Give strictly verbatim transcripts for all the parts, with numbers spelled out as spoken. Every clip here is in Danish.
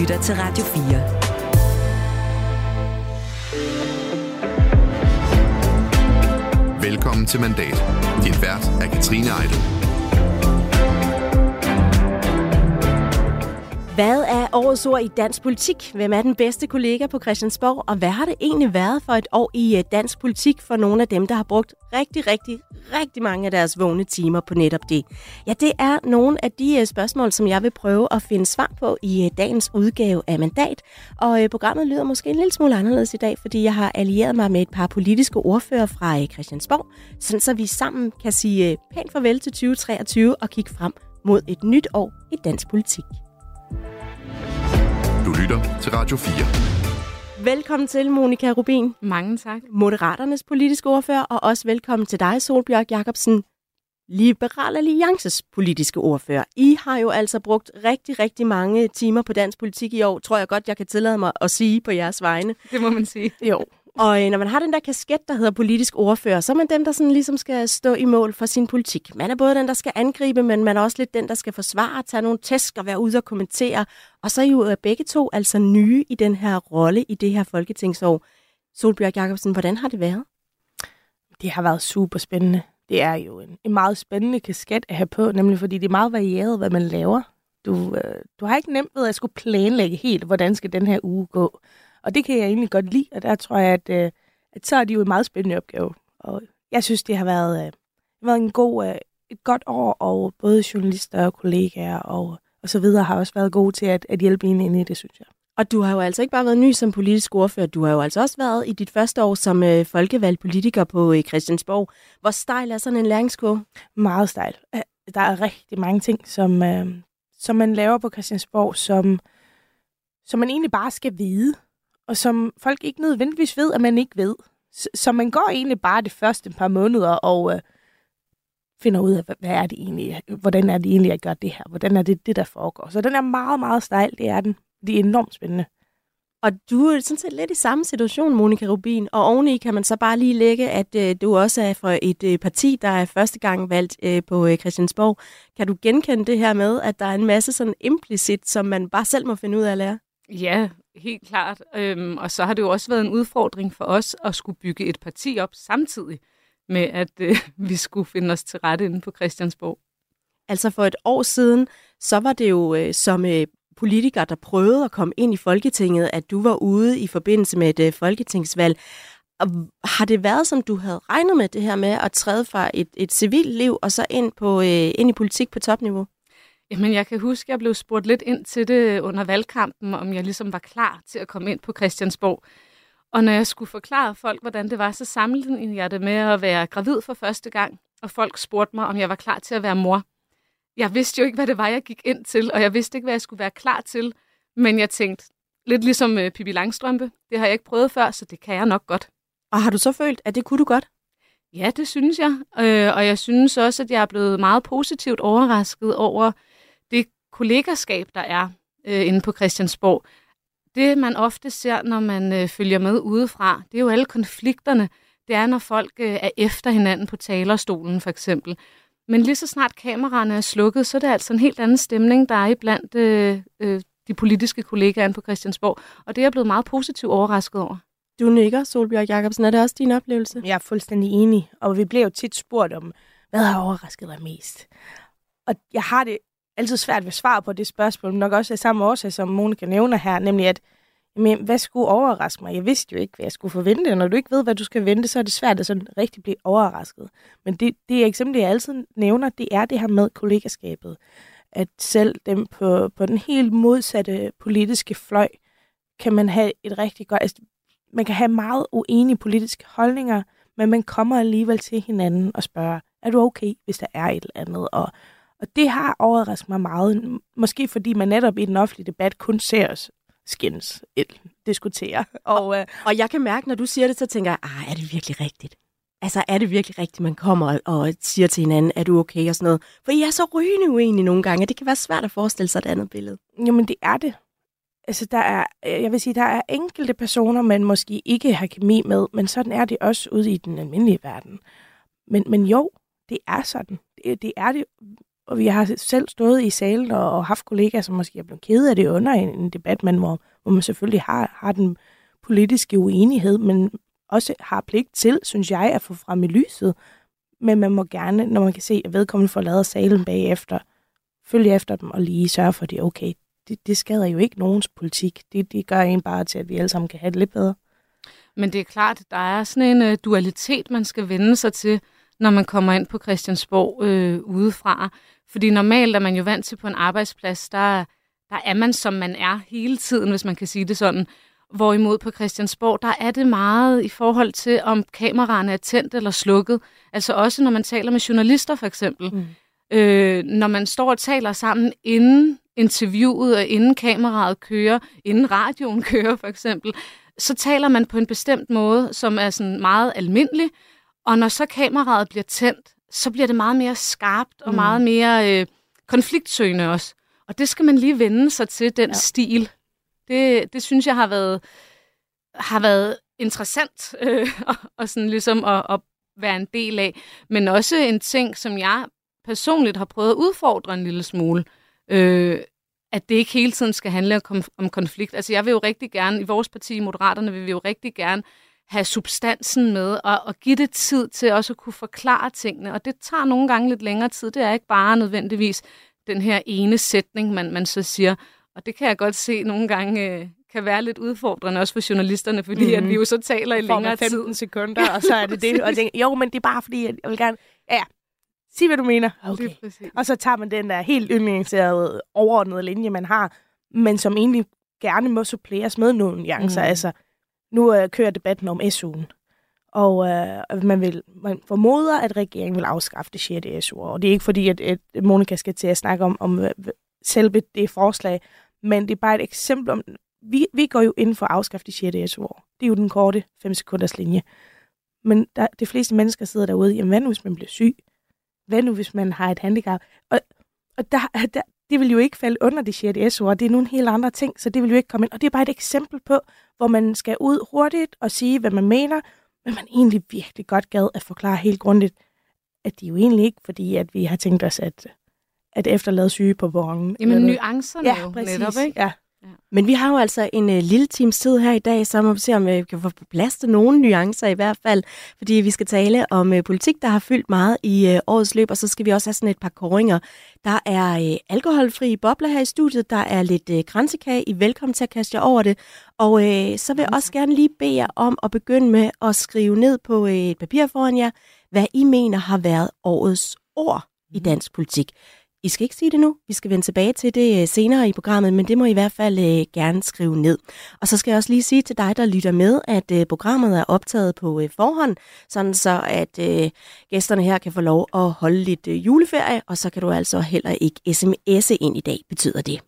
lytter til Radio fire. Velkommen til Mandat. Din vært er Katrine Ejdel. Hvad er årets ord i dansk politik? Hvem er den bedste kollega på Christiansborg? Og hvad har det egentlig været for et år i dansk politik for nogle af dem, der har brugt rigtig, rigtig, rigtig mange af deres vågne timer på netop det? Ja, det er nogle af de spørgsmål, som jeg vil prøve at finde svar på i dagens udgave af Mandat. Og programmet lyder måske en lille smule anderledes i dag, fordi jeg har allieret mig med et par politiske ordfører fra Christiansborg, sådan så vi sammen kan sige pænt farvel til tyve treogtyve og kigge frem mod et nyt år i dansk politik. Du lytter til Radio fire. Velkommen til, Monika Rubin. Mange tak. Moderaternes politiske ordfører, og også velkommen til dig, Sólbjørg Jakobsen, Liberal Alliances politiske ordfører. I har jo altså brugt rigtig, rigtig mange timer på dansk politik i år, tror jeg godt, jeg kan tillade mig at sige på jeres vegne. Det må man sige. Jo. Og når man har den der kasket, der hedder politisk ordfører, så er man dem, der sådan ligesom skal stå i mål for sin politik. Man er både den, der skal angribe, men man er også lidt den, der skal forsvare, tage nogle tæsk og være ude og kommentere. Og så er I jo begge to altså nye i den her rolle i det her folketingsår. Sólbjørg Jakobsen, hvordan har det været? Det har været super spændende. Det er jo en, en meget spændende kasket at have på, nemlig fordi det er meget varieret, hvad man laver. Du, øh, du har ikke nemt ved at skulle planlægge helt, hvordan skal den her uge gå. Og det kan jeg egentlig godt lide, og der tror jeg, at, øh, at så er det jo en meget spændende opgave. Og jeg synes, det har været, øh, været en god, øh, et godt år, og både journalister og kollegaer og, og så videre har også været gode til at, at hjælpe en ind i det, synes jeg. Og du har jo altså ikke bare været ny som politisk ordfører, du har jo altså også været i dit første år som øh, folkevalgt politiker på øh, Christiansborg. Hvor stejl er sådan en læringskurve? Meget stejl. Der er rigtig mange ting, som, øh, som man laver på Christiansborg, som, som man egentlig bare skal vide. Og som folk ikke nødvendigvis ved, at man ikke ved. Så man går egentlig bare det første par måneder og øh, finder ud af, hvad er det egentlig, hvordan er det egentlig, jeg gør det her? Hvordan er det, det der foregår? Så den er meget, meget stejl, det er den. Det er enormt spændende. Og du er sådan set lidt i samme situation, Monika Rubin. Og oveni kan man så bare lige lægge, at øh, du også er fra et øh, parti, der er første gang valgt øh, på øh, Christiansborg. Kan du genkende det her med, at der er en masse sådan implicit, som man bare selv må finde ud af at lære? Ja, helt klart. Øhm, og så har det jo også været en udfordring for os at skulle bygge et parti op samtidig med, at øh, vi skulle finde os til rette inde på Christiansborg. Altså for et år siden, så var det jo øh, som øh, politiker, der prøvede at komme ind i Folketinget, at du var ude i forbindelse med et øh, folketingsvalg. Og har det været, som du havde regnet med det her med at træde fra et, et civilt liv og så ind, på, øh, ind i politik på topniveau? Jamen, jeg kan huske, at jeg blev spurgt lidt ind til det under valgkampen, om jeg ligesom var klar til at komme ind på Christiansborg. Og når jeg skulle forklare folk, hvordan det var, så sammenlignede jeg det med at være gravid for første gang, og folk spurgte mig, om jeg var klar til at være mor. Jeg vidste jo ikke, hvad det var, jeg gik ind til, og jeg vidste ikke, hvad jeg skulle være klar til. Men jeg tænkte, lidt ligesom uh, Pippi Langstrømpe, det har jeg ikke prøvet før, så det kan jeg nok godt. Og har du så følt, at det kunne du godt? Ja, det synes jeg. Øh, og jeg synes også, at jeg er blevet meget positivt overrasket over det kollegaskab, der er øh, inde på Christiansborg. Det, man ofte ser, når man øh, følger med udefra, det er jo alle konflikterne. Det er, når folk øh, er efter hinanden på talerstolen, for eksempel. Men lige så snart kameraerne er slukket, så er det altså en helt anden stemning, der er iblandt øh, øh, de politiske kollegaer inde på Christiansborg. Og det er jeg blevet meget positivt overrasket over. Du nikker, Sólbjørg Jakobsen. Er det også din oplevelse? Jeg er fuldstændig enig, og vi bliver jo tit spurgt om, hvad har overrasket dig mest? Og jeg har det altid svært ved svar på det spørgsmål, men nok også af samme årsag, som Monika nævner her, nemlig at, jamen, hvad skulle overraske mig? Jeg vidste jo ikke, hvad jeg skulle forvente. Når du ikke ved, hvad du skal vente, så er det svært at sådan rigtig blive overrasket. Men det, det eksempel, jeg altid nævner, det er det her med kollegaskabet. At selv dem på, på den helt modsatte politiske fløj, kan man have et rigtig godt... Altså, man kan have meget uenige politiske holdninger, men man kommer alligevel til hinanden og spørger, er du okay, hvis der er et eller andet? Og Og det har overrasket mig meget. Måske fordi man netop i den offentlige debat kun ser os skændes, diskutere. Og, øh, og jeg kan mærke, når du siger det, så tænker jeg, ah, er det virkelig rigtigt? Altså, er det virkelig rigtigt, man kommer og siger til hinanden, er du okay og sådan noget? For I er så rygende uenige nogle gange, og det kan være svært at forestille sig et andet billede. Jamen, det er det. Altså, der er, jeg vil sige, der er enkelte personer, man måske ikke har kemi med, men sådan er det også ude i den almindelige verden. Men, men jo, det er sådan. Det, det er det og vi har selv stået i salen og, og haft kollegaer, som måske er blevet kede af det under en, en debat, men hvor, hvor man selvfølgelig har, har den politiske uenighed, men også har pligt til, synes jeg, at få frem i lyset. Men man må gerne, når man kan se, at vedkommende får lavet salen bagefter, følge efter dem og lige sørge for, at det er okay. Det, det skader jo ikke nogens politik. Det, det gør en bare til, at vi alle sammen kan have det lidt bedre. Men det er klart, at der er sådan en uh, dualitet, man skal vende sig til, når man kommer ind på Christiansborg øh, udefra. Fordi normalt er man jo vant til på en arbejdsplads, der, der er man, som man er hele tiden, hvis man kan sige det sådan. Hvorimod på Christiansborg, der er det meget i forhold til, om kameraerne er tændt eller slukket. Altså også når man taler med journalister for eksempel. Mm. Øh, når man står og taler sammen inden interviewet, og inden kameraet kører, inden radioen kører for eksempel, så taler man på en bestemt måde, som er sådan meget almindelig. Og når så kameraet bliver tændt, så bliver det meget mere skarpt og mm. meget mere øh, konfliktsøgende også. Og det skal man lige vende sig til, den ja. stil. Det, det synes jeg har været, har været interessant øh, og, og sådan ligesom at, at være en del af. Men også en ting, som jeg personligt har prøvet at udfordre en lille smule. Øh, at det ikke hele tiden skal handle om, om konflikt. Altså jeg vil jo rigtig gerne, i vores parti, Moderaterne, vil vi jo rigtig gerne have substansen med, og, og give det tid til også at kunne forklare tingene. Og det tager nogle gange lidt længere tid. Det er ikke bare nødvendigvis den her ene sætning, man, man så siger. Og det kan jeg godt se nogle gange øh, kan være lidt udfordrende, også for journalisterne, fordi mm-hmm. at vi jo så taler i længere tid. femten sekunder, og så er det det. Og tænker, jo, men det er bare fordi, at jeg vil gerne... Ja, sig hvad du mener. Okay. Og så tager man den der helt yndlingsserede, overordnede linje, man har, men som egentlig gerne må suppleres med nogle nuancer. Mm. Altså, nu øh, kører debatten om S U'en, og øh, man, vil, man formoder, at regeringen vil afskaffe det sjette S U-år. Og det er ikke fordi, at, at Monica skal til at snakke om, om øh, selve det forslag, men det er bare et eksempel om, vi, vi går jo ind for at afskaffe det sjette S U-år. Det er jo den korte fem sekunders linje. Men der, de fleste mennesker sidder derude, jamen hvad nu, hvis man bliver syg? Hvad nu, hvis man har et handicap? Og, og der, der, det vil jo ikke falde under det sjette S U-år. Det er nogle helt andre ting, så det vil jo ikke komme ind. Og det er bare et eksempel på, hvor man skal ud hurtigt og sige, hvad man mener, men man egentlig virkelig godt gad at forklare helt grundigt, at det er jo egentlig ikke, fordi at vi har tænkt os, at, at efterlade syge på vognen. Jamen nuancerne ja, jo præcis. netop, ikke? Ja. Ja. Men vi har jo altså en uh, lille times tid her i dag, så må vi se, om vi kan få på plads til nogle nuancer i hvert fald. Fordi vi skal tale om uh, politik, der har fyldt meget i uh, årets løb, og så skal vi også have sådan et par kåringer. Der er uh, alkoholfri bobler her i studiet, der er lidt uh, kransekage. I velkommen til at kaste jer over det. Og uh, så vil jeg også gerne lige bede jer om at begynde med at skrive ned på uh, et papir foran jer, hvad I mener har været årets ord i dansk politik. I skal ikke sige det nu. Vi skal vende tilbage til det senere i programmet, men det må I i hvert fald øh, gerne skrive ned. Og så skal jeg også lige sige til dig, der lytter med, at øh, programmet er optaget på øh, forhånd, sådan så at øh, gæsterne her kan få lov at holde lidt øh, juleferie, og så kan du altså heller ikke sms'e ind i dag, betyder det.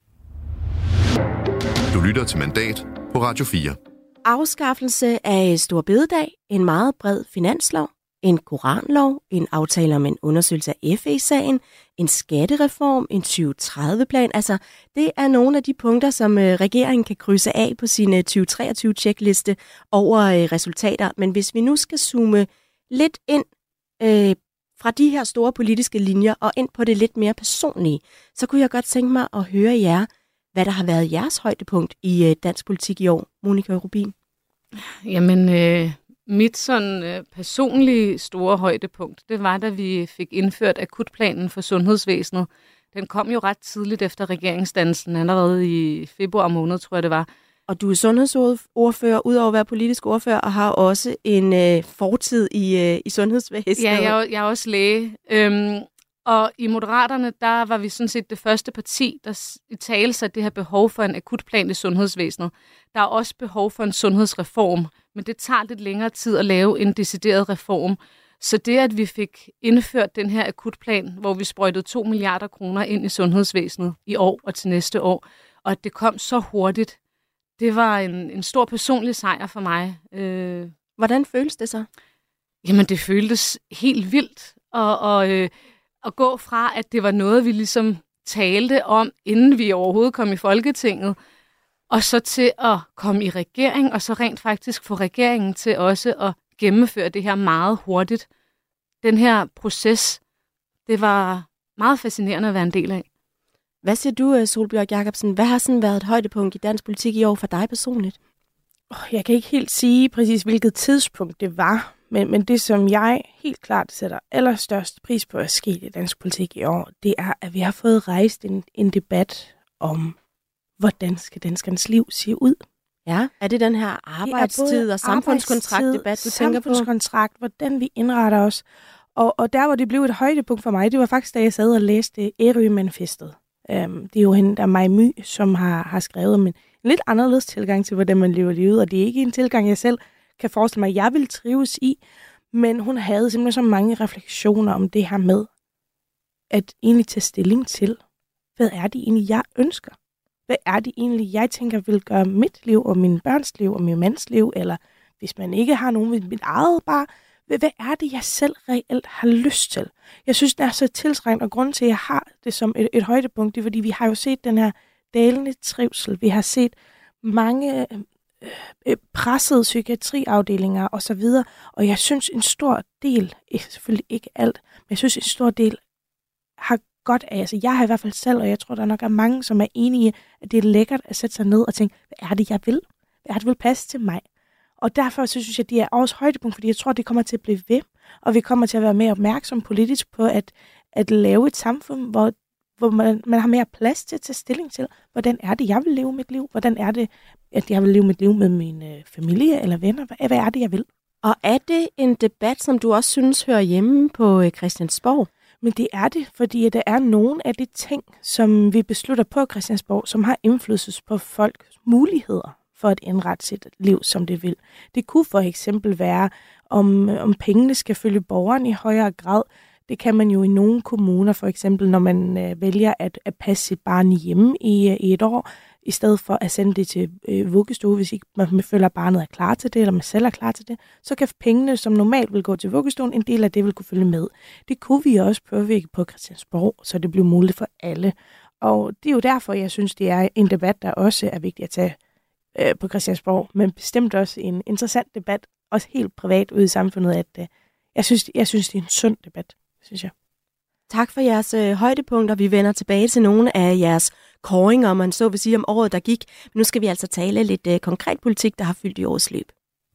Du lytter til Mandat på Radio fire. Afskaffelse af Store Bededag, en meget bred finanslov, en koranlov, en aftale om en undersøgelse af F E-sagen, en skattereform, en tyve tredive-plan. Altså, det er nogle af de punkter, som øh, regeringen kan krydse af på sin øh, tyve treogtyve-checkliste over øh, resultater. Men hvis vi nu skal zoome lidt ind øh, fra de her store politiske linjer og ind på det lidt mere personlige, så kunne jeg godt tænke mig at høre jer, hvad der har været jeres højdepunkt i øh, dansk politik i år. Monica Rubin. Jamen... Øh Mit sådan øh, personlige store højdepunkt, det var, da vi fik indført akutplanen for sundhedsvæsenet. Den kom jo ret tidligt efter regeringsdannelsen, allerede i februar måned, tror jeg det var. Og du er sundhedsordfører, udover at være politisk ordfører, og har også en øh, fortid i, øh, i sundhedsvæsenet. Ja, jeg, jeg er også læge. Øhm, og i Moderaterne, der var vi sådan set det første parti, der i tale satte det her behov for en akutplan i sundhedsvæsenet. Der er også behov for en sundhedsreform, men det tager lidt længere tid at lave en decideret reform. Så det, at vi fik indført den her akutplan, hvor vi sprøjtede to milliarder kroner ind i sundhedsvæsenet i år og til næste år, og at det kom så hurtigt, det var en, en stor personlig sejr for mig. Øh, Hvordan føles det så? Jamen, det føltes helt vildt og, og, øh, at gå fra, at det var noget, vi ligesom talte om, inden vi overhovedet kom i Folketinget, og så til at komme i regering, og så rent faktisk få regeringen til også at gennemføre det her meget hurtigt. Den her proces, det var meget fascinerende at være en del af. Hvad siger du, Sólbjørg Jacobsen? Hvad har sådan været et højdepunkt i dansk politik i år for dig personligt? Jeg kan ikke helt sige præcis, hvilket tidspunkt det var, men, men det, som jeg helt klart sætter allerstørst pris på at ske i dansk politik i år, det er, at vi har fået rejst en, en debat om, hvordan skal danskernes liv se ud. Ja, er det den her arbejdstid og samfundskontrakt-debat, du tænker på? Samfundskontrakt, hvordan vi indretter os. Og, og der, hvor det blev et højdepunkt for mig, det var faktisk, da jeg sad og læste Ærø-manifestet. Um, det er jo hende, der er Maj My, som har, har skrevet om en lidt anderledes tilgang til, hvordan man lever livet. Og det er ikke en tilgang, jeg selv kan forestille mig, at jeg vil trives i. Men hun havde simpelthen så mange refleksioner om det her med, at egentlig tage stilling til, hvad er det egentlig, jeg ønsker? Hvad er det egentlig, jeg tænker vil gøre mit liv og min børns liv og min mands liv? Eller hvis man ikke har nogen ved mit eget, bare hvad er det, jeg selv reelt har lyst til? Jeg synes, det er så tiltrængt, og grunden til, at jeg har det som et, et højdepunkt, det er, fordi vi har jo set den her dalende trivsel. Vi har set mange øh, pressede psykiatriafdelinger osv., og jeg synes, en stor del, selvfølgelig ikke alt, men jeg synes, en stor del har godt af. Altså, jeg har i hvert fald selv, og jeg tror, der nok er mange, som er enige i, at det er lækkert at sætte sig ned og tænke, hvad er det, jeg vil? Hvad er det, vil passe til mig? Og derfor så synes jeg, at det er også højdepunkt, fordi jeg tror, det kommer til at blive ved, og vi kommer til at være mere opmærksom politisk på at, at lave et samfund, hvor, hvor man, man har mere plads til at tage stilling til, hvordan er det, jeg vil leve mit liv? Hvordan er det, at jeg vil leve mit liv med min øh, familie eller venner? Hvad, hvad er det, jeg vil? Og er det en debat, som du også synes hører hjemme på øh, Christiansborg? Men det er det, fordi der er nogle af de ting, som vi beslutter på Christiansborg, som har indflydelse på folks muligheder for at indrette sit liv, som det vil. Det kunne for eksempel være, om, om pengene skal følge borgeren i højere grad. Det kan man jo i nogle kommuner, for eksempel når man øh, vælger at, at passe sit barn hjemme i, i et år, i stedet for at sende det til øh, vuggestue, hvis ikke man føler, at barnet er klar til det, eller man selv er klar til det, så kan pengene, som normalt vil gå til vuggestuen, en del af det vil kunne følge med. Det kunne vi også påvirke på Christiansborg, så det bliver muligt for alle. Og det er jo derfor, jeg synes, det er en debat, der også er vigtig at tage øh, på Christiansborg, men bestemt også en interessant debat, også helt privat ude i samfundet, at øh, jeg, synes, jeg synes, det er en sund debat, synes jeg. Tak for jeres øh, højdepunkter. Vi vender tilbage til nogle af jeres kåringer, man så vil sige om året, der gik. Men nu skal vi altså tale lidt øh, konkret politik, der har fyldt i årets løb.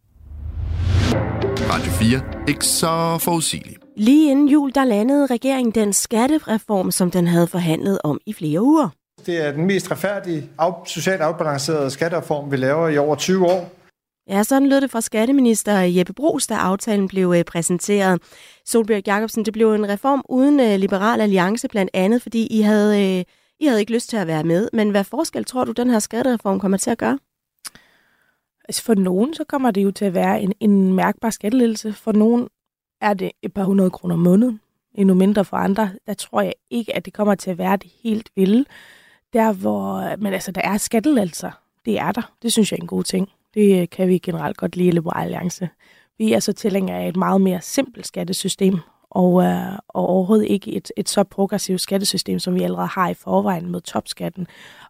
Radio fire. Ikke så forudsigeligt. Lige inden jul, der landede regeringen den skattereform, som den havde forhandlet om i flere uger. Det er den mest retfærdige, af, socialt afbalancerede skattereform, vi laver i over tyve år. Ja, sådan lød det fra skatteminister Jeppe Bruus, da aftalen blev præsenteret. Sólbjørg Jacobsen, det blev en reform uden Liberal Alliance, blandt andet, fordi I havde, I havde ikke lyst til at være med. Men hvad forskel tror du, den her skattereform kommer til at gøre? Altså for nogen, så kommer det jo til at være en, en mærkbar skattelettelse. For nogen er det et par hundrede kroner om måneden. Endnu mindre for andre. Der tror jeg ikke, at det kommer til at være det helt vilde. Der hvor, men altså, der er skattelettelser. Det er der. Det synes jeg er en god ting. Det kan vi generelt godt lide i Liberal Alliance. Vi er så tilhængere af et meget mere simpelt skattesystem, og, øh, og overhovedet ikke et, et så progressivt skattesystem, som vi allerede har i forvejen med topskatten.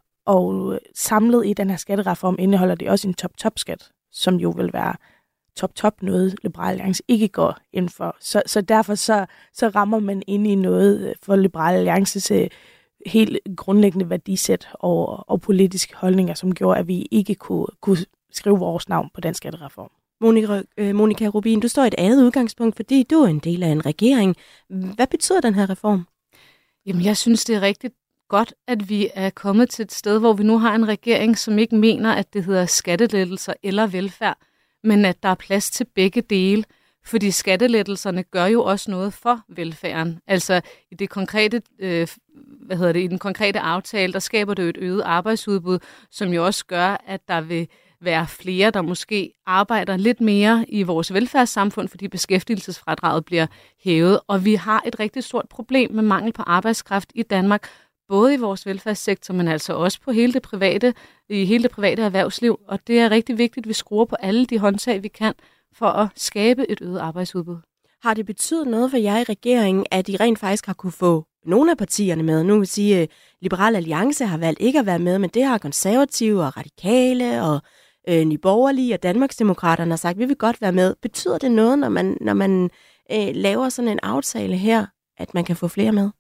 Og samlet i den her skattereform indeholder det også en top-top-skat, som jo vil være top-top noget, Liberal Alliance ikke går ind for. Så, så derfor så, så rammer man ind i noget for Liberal Alliances helt grundlæggende værdisæt og, og politiske holdninger, som gjorde, at vi ikke kunne, kunne skrive vores navn på den skattereform. Monika, øh, Monika Rubin, du står i et andet udgangspunkt, fordi du er en del af en regering. Hvad betyder den her reform? Jamen, jeg synes, det er rigtig godt, at vi er kommet til et sted, hvor vi nu har en regering, som ikke mener, at det hedder skattelettelser eller velfærd, men at der er plads til begge dele. Fordi skattelettelserne gør jo også noget for velfærden. Altså i det konkrete, øh, hvad hedder det, i den konkrete aftale, der skaber det jo et øget arbejdsudbud, som jo også gør, at der vil være flere, der måske arbejder lidt mere i vores velfærdssamfund, fordi beskæftigelsesfradraget bliver hævet. Og vi har et rigtig stort problem med mangel på arbejdskraft i Danmark, både i vores velfærdssektor, men altså også på hele det private, i hele det private erhvervsliv. Og det er rigtig vigtigt, at vi skruer på alle de håndtag, vi kan, for at skabe et øget arbejdsudbud. Har det betydet noget for jer i regeringen, at I rent faktisk har kunne få nogle af partierne med? Nu vil sige, at Liberal Alliance har valgt ikke at være med, men det har Konservative og Radikale og øh, Nye Borgerlige og Danmarksdemokraterne har sagt, at vi vil godt være med. Betyder det noget, når man, når man øh, laver sådan en aftale her, at man kan få flere med?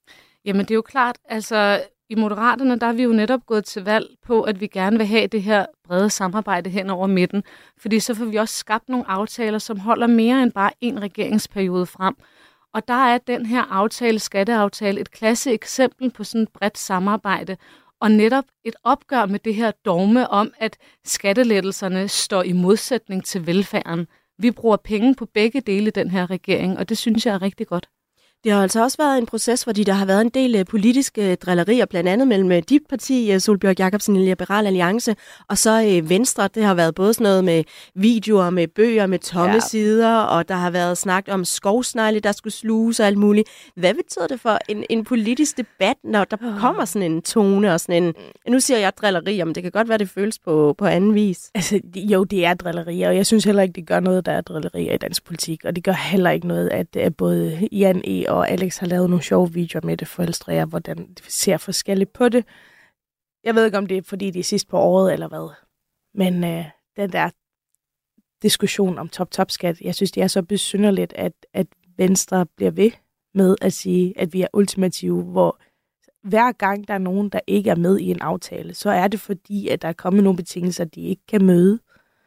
Jamen det er jo klart, altså i Moderaterne, der er vi jo netop gået til valg på, at vi gerne vil have det her brede samarbejde hen over midten. Fordi så får vi også skabt nogle aftaler, som holder mere end bare en regeringsperiode frem. Og der er den her aftale, skatteaftale, et klasse eksempel på sådan et bredt samarbejde. Og netop et opgør med det her dogme om, at skattelettelserne står i modsætning til velfærden. Vi bruger penge på begge dele i den her regering, og det synes jeg er rigtig godt. Det har altså også været en proces, fordi der har været en del politiske drillerier, blandt andet mellem dit parti, Sólbjørg Jakobsen i Liberal Alliance, og så Venstre. Det har været både sådan noget med videoer, med bøger, med tomme ja. sider, og der har været snakket om skovsnegle, der skulle sluges og alt muligt. Hvad betyder det for en, en politisk debat, når der oh. kommer sådan en tone og sådan en... Nu siger jeg drillerier, men det kan godt være, det føles på, på anden vis. Altså, jo, det er drillerier, og jeg synes heller ikke, det gør noget, der er drillerier i dansk politik, og det gør heller ikke noget, at, at både Jan E. og Alex har lavet nogle sjove videoer med det for at illustrere, hvordan de ser forskelligt på det. Jeg ved ikke, om det er, fordi det er sidst på året, eller hvad. Men øh, den der diskussion om top-top-skat, jeg synes, det er så besynderligt, at, at Venstre bliver ved med at sige, at vi er ultimative, hvor hver gang der er nogen, der ikke er med i en aftale, så er det fordi, at der er kommet nogle betingelser, de ikke kan møde,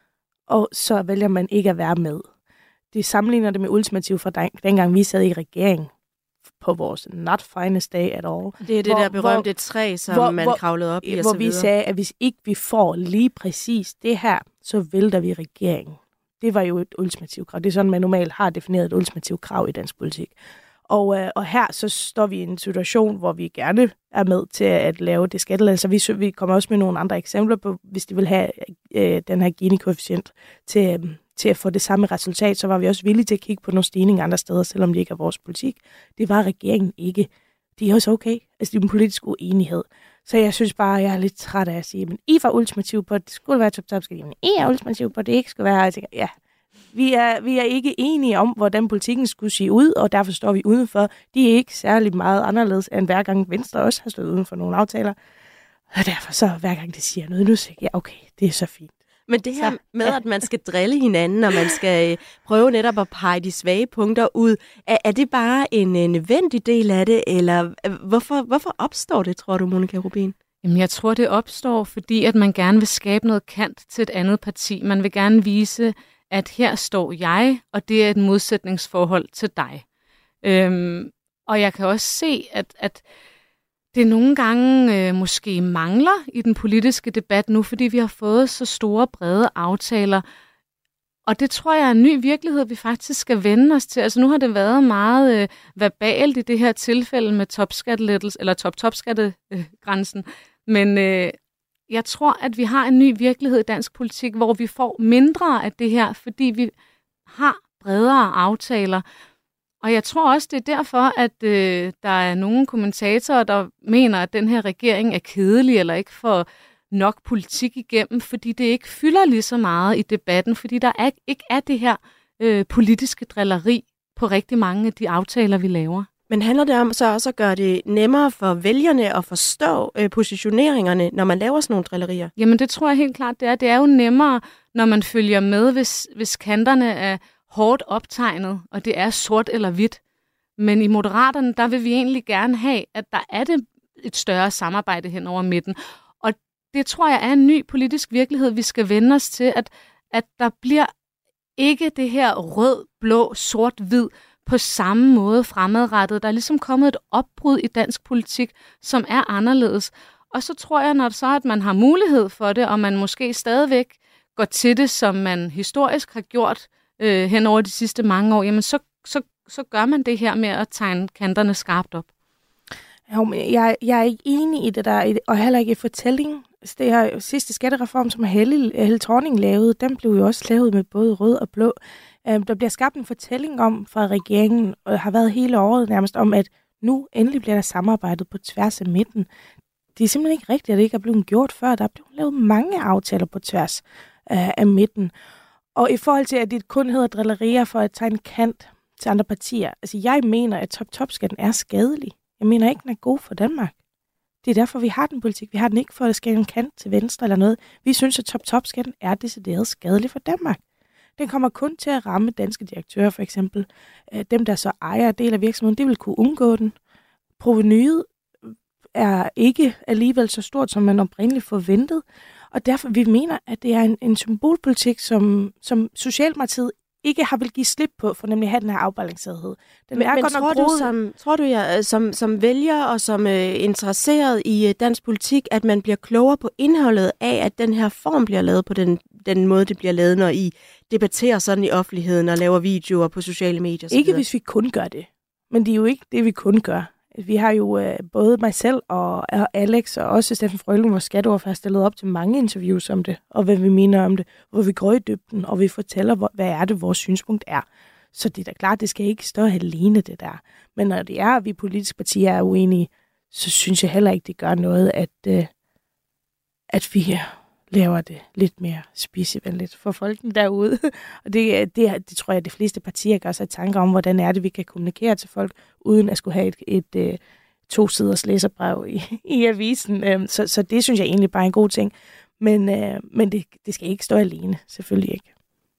og så vælger man ikke at være med. Det sammenligner det med ultimativ fra den, dengang vi sad i regering på vores not finest day at all. Det er det hvor, der berømte hvor, træ, som hvor, man kravlede op i og hvor så vi videre. sagde, at hvis ikke vi får lige præcis det her, så vælter vi regeringen. Det var jo et ultimativt krav. Det er sådan, man normalt har defineret et ultimativt krav i dansk politik. Og, øh, og her så står vi i en situation, hvor vi gerne er med til at lave det skattelettelse. Vi, vi kommer også med nogle andre eksempler på, hvis de vil have øh, den her Gini-koefficient til, øh, til at få det samme resultat, så var vi også villige til at kigge på nogle stigninger andre steder, selvom det ikke er vores politik. Det var regeringen ikke. Det er også okay. Altså, det er en politisk uenighed. Så jeg synes bare, jeg er lidt træt af at sige, men I var ultimativ på, at det skulle være top-top-skat. Men I er ultimativ på, at det ikke skulle være. Jeg tænker, ja, vi er, vi er ikke enige om, hvordan politikken skulle se ud, og derfor står vi udenfor. De er ikke særlig meget anderledes, end hver gang Venstre også har stået uden for nogle aftaler. Og derfor så, hver gang det siger noget, nu siger jeg, ja, okay, det er så fint. Men det her med, at man skal drille hinanden, og man skal prøve netop at pege de svage punkter ud, er, er det bare en nødvendig del af det, eller hvorfor, hvorfor opstår det, tror du, Monika Rubin? Jamen, jeg tror, det opstår, fordi at man gerne vil skabe noget kant til et andet parti. Man vil gerne vise, at her står jeg, og det er et modsætningsforhold til dig. Øhm, og jeg kan også se, at, at det nogle gange øh, måske mangler i den politiske debat nu, fordi vi har fået så store, brede aftaler. Og det tror jeg er en ny virkelighed, vi faktisk skal vende os til. Altså nu har det været meget øh, verbalt i det her tilfælde med topskattelettelse, eller top-topskattegrænsen. Men øh, jeg tror, at vi har en ny virkelighed i dansk politik, hvor vi får mindre af det her, fordi vi har bredere aftaler. Og jeg tror også, det er derfor, at øh, der er nogle kommentatorer, der mener, at den her regering er kedelig eller ikke får nok politik igennem, fordi det ikke fylder lige så meget i debatten, fordi der er, ikke er det her øh, politiske drilleri på rigtig mange af de aftaler, vi laver. Men handler det om så også at gøre det nemmere for vælgerne at forstå øh, positioneringerne, når man laver sådan nogle drillerier? Jamen det tror jeg helt klart, det er. Det er jo nemmere, når man følger med, hvis, hvis kanterne er hårdt optegnet, og det er sort eller hvidt. Men i Moderaterne, der vil vi egentlig gerne have, at der er det et større samarbejde hen over midten. Og det tror jeg er en ny politisk virkelighed, vi skal vende os til, at, at der bliver ikke det her rød, blå, sort, hvid på samme måde fremadrettet. Der er ligesom kommet et opbrud i dansk politik, som er anderledes. Og så tror jeg, når så at man har mulighed for det, og man måske stadigvæk går til det, som man historisk har gjort øh, hen over de sidste mange år, jamen så, så, så gør man det her med at tegne kanterne skarpt op. Jo, men jeg, jeg er ikke enig i det der, og heller ikke i fortællingen. Det her sidste skattereform, som Helle, Helle Thorning lavede, den blev jo også lavet med både rød og blå. Um, der bliver skabt en fortælling om fra regeringen, og har været hele året nærmest om, at nu endelig bliver der samarbejdet på tværs af midten. Det er simpelthen ikke rigtigt, at det ikke er blevet gjort før. Der er blevet lavet mange aftaler på tværs uh, af midten. Og i forhold til, at det kun hedder drillerier for at tage en kant til andre partier. Altså, jeg mener, at top-top-skatten er skadelig. Jeg mener ikke, den er god for Danmark. Det er derfor, vi har den politik. Vi har den ikke for at skabe en kant til venstre eller noget. Vi synes, at top-top-skatten er decideret skadelig for Danmark. Den kommer kun til at ramme danske direktører, for eksempel. Dem, der så ejer del af virksomheden, de vil kunne undgå den. provenyet er ikke alligevel så stort, som man oprindeligt forventede. Og derfor vi mener, at det er en, en symbolpolitik, som, som Socialdemokratiet ikke har vil give slip på, for nemlig at have den her afbalancerethed. Den men er men godt tror, nok du, som, tror du, ja, som, som vælger og som øh, interesseret i øh, dansk politik, at man bliver klogere på indholdet af, at den her form bliver lavet på den, den måde, det bliver lavet, når I debatterer sådan i offentligheden og laver videoer på sociale medier? Ikke hvis vi kun gør det. Men det er jo ikke det, vi kun gør. Vi har jo øh, både mig selv og, og Alex og også Steffen Frølund, vores skatteordfører, stillet op til mange interviews om det, og hvad vi mener om det, hvor vi går i dybden, og vi fortæller, hvor, hvad er det, vores synspunkt er. Så det er da klart, det skal ikke stå alene, det der. Men når det er, at vi politiske partier er uenige, så synes jeg heller ikke, det gør noget, at, øh, at vi laver det lidt mere spisevenligt for folkene derude. Og det, det, det tror jeg, at de fleste partier gør sig tanker om, hvordan er det, vi kan kommunikere til folk, uden at skulle have et, et, et to-siders læserbrev i, i avisen. Så, så det synes jeg egentlig bare er en god ting. Men, men det, det skal ikke stå alene, selvfølgelig ikke.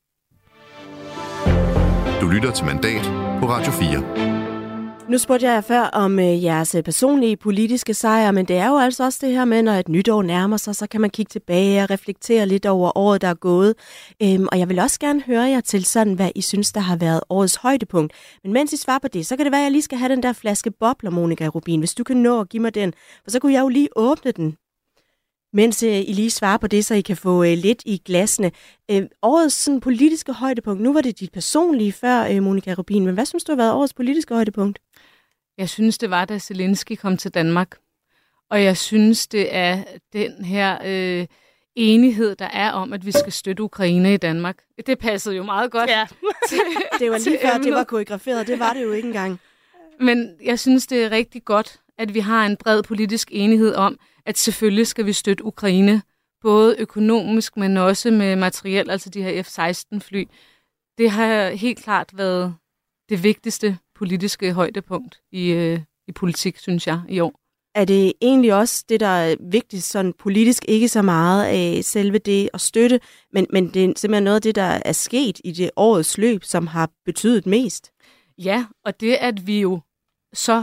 Du lytter til Mandat på Radio fire. Nu spurgte jeg jer før om øh, jeres personlige politiske sejre, men det er jo altså også det her med, når et nytår nærmer sig, så kan man kigge tilbage og reflektere lidt over året, der er gået. Øhm, og jeg vil også gerne høre jer til sådan, hvad I synes, der har været årets højdepunkt. Men mens I svarer på det, så kan det være, at jeg lige skal have den der flaske bobler, Monika Rubin. Hvis du kan nå at give mig den, for så kunne jeg jo lige åbne den, mens øh, I lige svarer på det, så I kan få øh, lidt i glassene. Øh, årets sådan, politiske højdepunkt, nu var det dit personlige før, øh, Monika Rubin, men hvad synes du har været årets politiske højdepunkt? Jeg synes, det var, da Zelensky kom til Danmark. Og jeg synes, det er den her øh, enighed, der er om, at vi skal støtte Ukraine i Danmark. Det passede jo meget godt. Ja. til, Det var lige før, det var koreograferet. Det var det jo ikke engang. Men jeg synes, det er rigtig godt, at vi har en bred politisk enighed om, at selvfølgelig skal vi støtte Ukraine, både økonomisk, men også med materiel, altså de her F seksten fly. Det har helt klart været det vigtigste politiske højdepunkt i, øh, i politik, synes jeg, i år. Er det egentlig også det, der er vigtigt sådan politisk, ikke så meget af selve det at støtte, men, men det er simpelthen noget af det, der er sket i det årets løb, som har betydet mest? Ja, og det, at vi jo så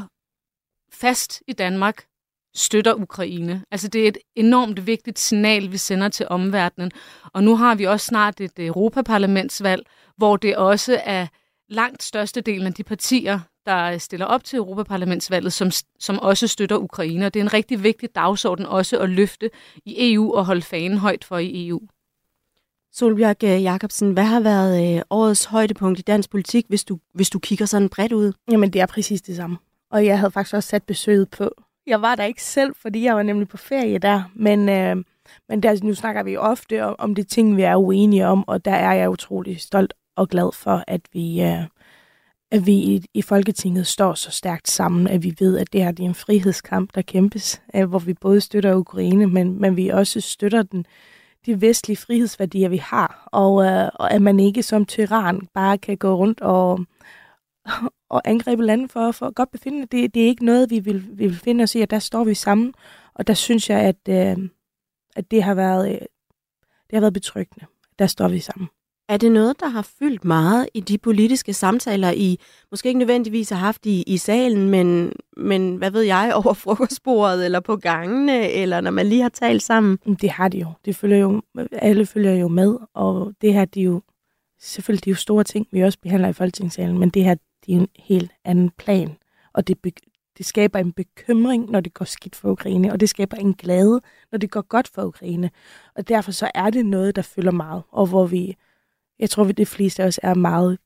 fast i Danmark støtter Ukraine. Altså det er et enormt vigtigt signal, vi sender til omverdenen. Og nu har vi også snart et Europaparlamentsvalg, hvor det også er langt størstedelen af de partier, der stiller op til Europaparlamentsvalget, som, som også støtter Ukraine. Og det er en rigtig vigtig dagsorden også at løfte i E U og holde fanen højt for i E U. Solbjørg Jacobsen, hvad har været årets højdepunkt i dansk politik, hvis du, hvis du kigger sådan bredt ud? Jamen, det er præcis det samme. Og jeg havde faktisk også sat besøget på. Jeg var der ikke selv, fordi jeg var nemlig på ferie der. Men, øh, men der, nu snakker vi ofte om, om de ting, vi er uenige om, og der er jeg utrolig stolt og glad for, at vi, øh, at vi i, i Folketinget står så stærkt sammen, at vi ved, at det her det er en frihedskamp, der kæmpes, øh, hvor vi både støtter Ukraine, men, men vi også støtter den, de vestlige frihedsværdier, vi har, og, øh, og at man ikke som tyran bare kan gå rundt og, og angribe landet for, for godt befindende. Det, det er ikke noget, vi vil, vi vil finde os i, og der står vi sammen, og der synes jeg, at, øh, at det, har været, øh, det har været betryggende. Der står vi sammen. Er det noget, der har fyldt meget i de politiske samtaler, I måske ikke nødvendigvis har haft i, i salen, men, men hvad ved jeg, over frokostbordet, eller på gangene, eller når man lige har talt sammen? Det har de jo. Det følger jo. Alle følger jo med, og det her, det er jo selvfølgelig de er jo store ting, vi også behandler i Folketingssalen, men det her, det er en helt anden plan, og det, det skaber en bekymring, når det går skidt for Ukraine, og det skaber en glæde, når det går godt for Ukraine. Og derfor så er det noget, der fylder meget, og hvor vi Jeg tror, at de fleste af os er meget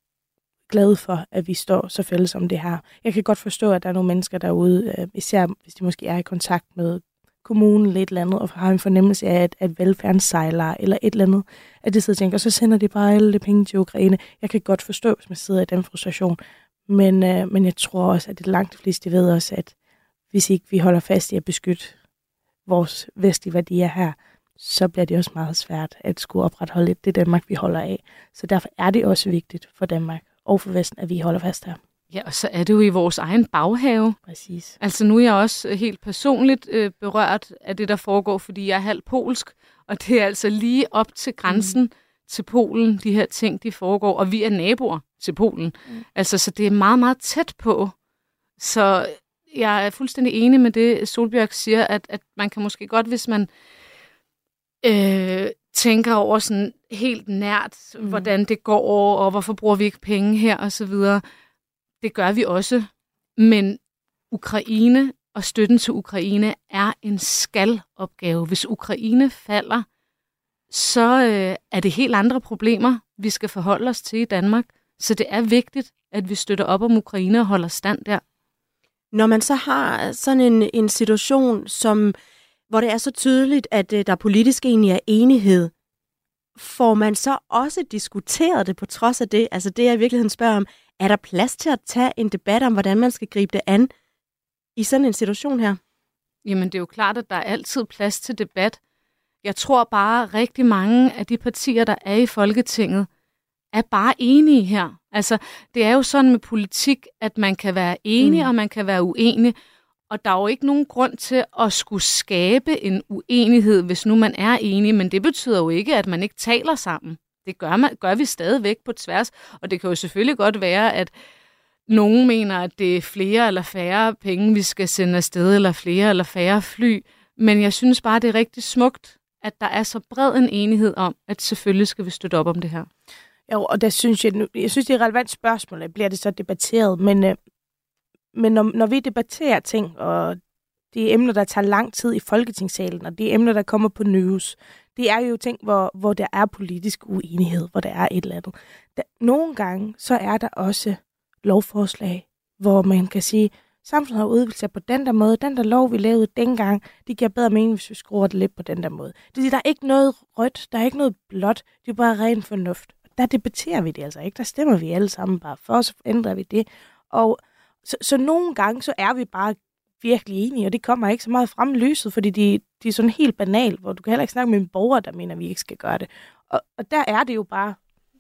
glade for, at vi står så fælles om det her. Jeg kan godt forstå, at der er nogle mennesker derude, især hvis de måske er i kontakt med kommunen eller et eller andet, og har en fornemmelse af, at, at velfærden sejler eller et eller andet, at de sidder og tænker, og så sender de bare alle de penge til Ukraine. Jeg kan godt forstå, hvis man sidder i den frustration. Men, øh, men jeg tror også, at det langt de fleste ved også, at hvis ikke vi holder fast i at beskytte vores vestlige værdier her, så bliver det også meget svært at skulle opretholde det Danmark, vi holder af. Så derfor er det også vigtigt for Danmark og for Vesten, at vi holder fast her. Ja, og så er det jo i vores egen baghave. Præcis. Altså nu er jeg også helt personligt øh, berørt af det, der foregår, fordi jeg er halvt polsk, og det er altså lige op til grænsen mm. til Polen, de her ting, de foregår, og vi er naboer til Polen. Mm. Altså, så det er meget, meget tæt på. Så jeg er fuldstændig enig med det, Solbjørg siger, at, at man kan måske godt, hvis man øh, tænker over sådan helt nært, mm. hvordan det går, og hvorfor bruger vi ikke penge her, og så videre. Det gør vi også. Men Ukraine og støtten til Ukraine er en skal-opgave. Hvis Ukraine falder, så øh, er det helt andre problemer, vi skal forholde os til i Danmark. Så det er vigtigt, at vi støtter op om Ukraine og holder stand der. Når man så har sådan en, en situation, som, hvor det er så tydeligt, at uh, der politisk egentlig er enighed, får man så også diskuteret det på trods af det? Altså det, jeg i virkeligheden spørger om, er der plads til at tage en debat om, hvordan man skal gribe det an i sådan en situation her? Jamen det er jo klart, at der er altid plads til debat. Jeg tror bare, at rigtig mange af de partier, der er i Folketinget, er bare enige her. Altså, det er jo sådan med politik, at man kan være enig, mm. og man kan være uenig. Og der er jo ikke nogen grund til at skulle skabe en uenighed, hvis nu man er enig. Men det betyder jo ikke, at man ikke taler sammen. Det gør, man, gør vi stadigvæk på tværs. Og det kan jo selvfølgelig godt være, at nogen mener, at det er flere eller færre penge, vi skal sende afsted, eller flere eller færre fly. Men jeg synes bare, det er rigtig smukt, at der er så bred en enighed om, at selvfølgelig skal vi støtte op om det her. Jo, og der synes jeg, jeg synes, det er et relevant spørgsmål, at bliver det så debatteret, men, øh, men når, når vi debatterer ting, og de emner, der tager lang tid i Folketingssalen, og de emner, der kommer på news, det er jo ting, hvor, hvor der er politisk uenighed, hvor der er et eller andet. Der, nogle gange, så er der også lovforslag, hvor man kan sige, samfundet har udviklet sig på den der måde, den der lov, vi lavede dengang, det giver bedre mening, hvis vi skruer det lidt på den der måde. Det er, der er ikke noget rødt, der er ikke noget blåt, det er bare ren fornuft. Der debatterer vi det altså ikke. Der stemmer vi alle sammen bare for, så ændrer vi det. Og så, så nogle gange, så er vi bare virkelig enige, og det kommer ikke så meget frem i lyset, fordi de, de er sådan helt banalt, hvor du kan heller ikke snakke med en borger, der mener, at vi ikke skal gøre det. Og, og der er det jo bare,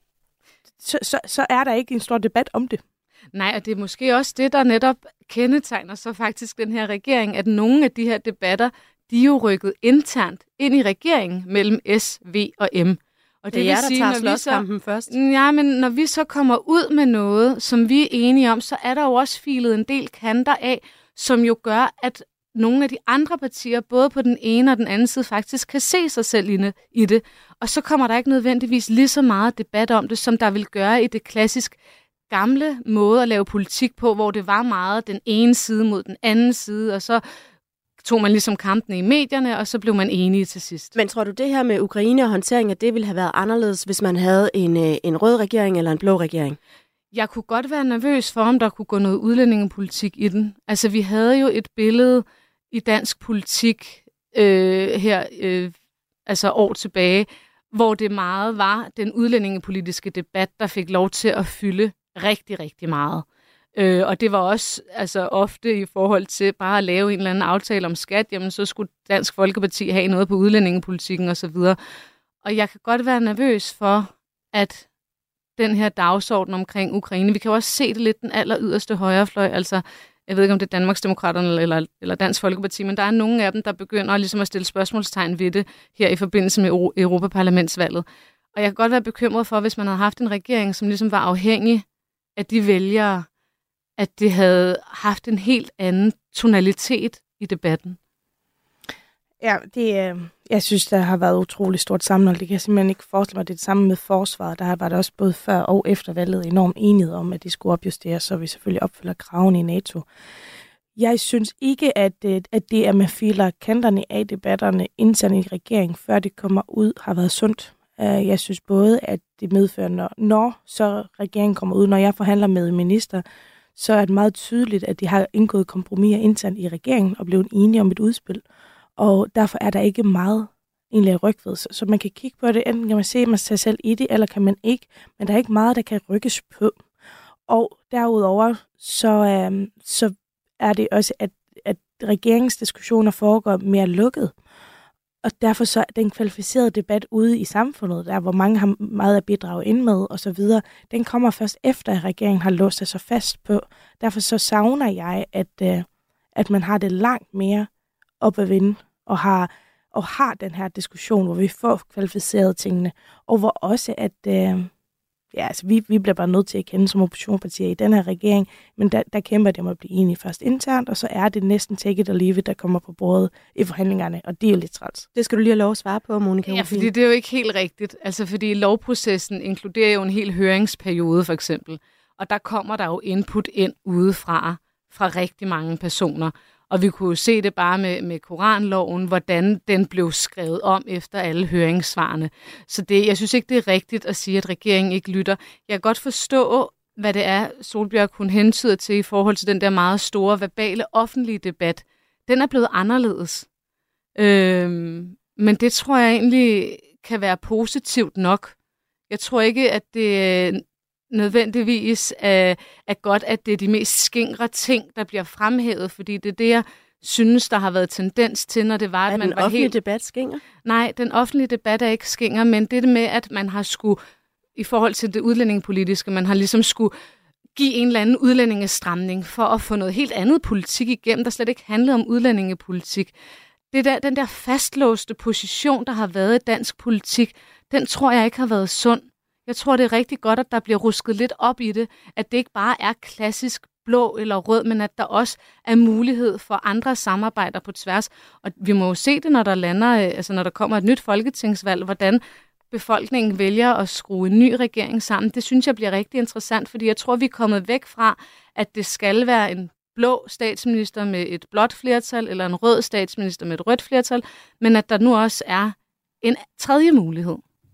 så, så, så er der ikke en stor debat om det. Nej, og det er måske også det, der netop kendetegner så faktisk den her regering, at nogle af de her debatter, de er jo rykket internt ind i regeringen mellem S, V og M. Og det er jer, der tager slåskampen først. Ja, men når vi så kommer ud med noget, som vi er enige om, så er der jo også filet en del kanter af, som jo gør, at nogle af de andre partier, både på den ene og den anden side, faktisk kan se sig selv i det. Og så kommer der ikke nødvendigvis lige så meget debat om det, som der vil gøre i det klassisk gamle måde at lave politik på, hvor det var meget den ene side mod den anden side, og så tog man ligesom kampene i medierne, og så blev man enige til sidst. Men tror du, det her med Ukraine og håndtering af det ville have været anderledes, hvis man havde en, en rød regering eller en blå regering? Jeg kunne godt være nervøs for, om der kunne gå noget udlændingepolitik i den. Altså, vi havde jo et billede i dansk politik øh, her, øh, altså år tilbage, hvor det meget var den udlændingepolitiske debat, der fik lov til at fylde rigtig, rigtig meget. Øh, og det var også altså, ofte i forhold til bare at lave en eller anden aftale om skat, jamen så skulle Dansk Folkeparti have noget på udlændingepolitikken osv. Og jeg kan godt være nervøs for, at den her dagsorden omkring Ukraine, vi kan jo også se det lidt den aller yderste højrefløj, altså jeg ved ikke, om det er Danmarksdemokraterne eller, eller Dansk Folkeparti, men der er nogle af dem, der begynder ligesom at stille spørgsmålstegn ved det her i forbindelse med Europaparlamentsvalget. Og jeg kan godt være bekymret for, hvis man havde haft en regering, som ligesom var afhængig af de vælgere, at det havde haft en helt anden tonalitet i debatten. Ja, det, øh, jeg synes, der har været utroligt stort sammenhold. Det kan jeg simpelthen ikke forestille mig. Det er det samme med forsvaret. Der var der også både før og efter valget enormt enighed om, at de skulle opjusteres, så vi selvfølgelig opfylder kraven i NATO. Jeg synes ikke, at, at det, at man filer kanterne af debatterne internt i regeringen, før det kommer ud, har været sundt. Jeg synes både, at det medfører, når, når så regeringen kommer ud, når jeg forhandler med en minister, så er det meget tydeligt, at de har indgået kompromiser internt i regeringen og blevet enige om et udspil. Og derfor er der ikke meget egentlig at rykke ved. Så, så man kan kigge på det, enten kan man se sig selv i det, eller kan man ikke. Men der er ikke meget, der kan rykkes på. Og derudover, så, øhm, så er det også, at, at regeringsdiskussioner foregår mere lukket. Og derfor så er den kvalificerede debat ude i samfundet, der hvor mange har meget at bidrage ind med og så videre, den kommer først efter, at regeringen har låst sig så fast på. Derfor så savner jeg, at, øh, at man har det langt mere op at vinde, og har, og har den her diskussion, hvor vi får kvalificeret tingene, og hvor også, at, øh, ja, altså vi, vi bliver bare nødt til at kende som oppositionspartier i den her regering, men der, der kæmper de om at blive enige først internt, og så er det næsten take it or leave it, der kommer på bordet i forhandlingerne, og det er jo lidt træls. Det skal du lige have lov at svare på, Monika. Ja, fordi det er jo ikke helt rigtigt. Altså, fordi lovprocessen inkluderer jo en hel høringsperiode, for eksempel. Og der kommer der jo input ind udefra, fra rigtig mange personer. Og vi kunne jo se det bare med, med koranloven, hvordan den blev skrevet om efter alle høringssvarene. Så det, jeg synes ikke, det er rigtigt at sige, at regeringen ikke lytter. Jeg kan godt forstå, hvad det er, Solbjerg hun hentyder til i forhold til den der meget store, verbale, offentlige debat. Den er blevet anderledes. Øhm, men det tror jeg egentlig kan være positivt nok. Jeg tror ikke, at det nødvendigvis er, er godt, at det er de mest skingre ting, der bliver fremhævet, fordi det er det, jeg synes, der har været tendens til, når det var, at er man den var offentlige helt... debat skinger? Nej, den offentlige debat er ikke skinger, men det med, at man har skulle, i forhold til det udlændingepolitiske, man har ligesom skulle give en eller anden udlændingestramning for at få noget helt andet politik igennem, der slet ikke handlede om udlændingepolitik. Det der, den der fastlåste position, der har været i dansk politik, den tror jeg ikke har været sund. Jeg tror, det er rigtig godt, at der bliver rusket lidt op i det, at det ikke bare er klassisk blå eller rød, men at der også er mulighed for andre samarbejder på tværs. Og vi må jo se det, når der lander, altså når der kommer et nyt folketingsvalg, hvordan befolkningen vælger at skrue en ny regering sammen. Det synes jeg bliver rigtig interessant, fordi jeg tror, vi er kommet væk fra, at det skal være en blå statsminister med et blåt flertal, eller en rød statsminister med et rødt flertal, men at der nu også er en tredje mulighed.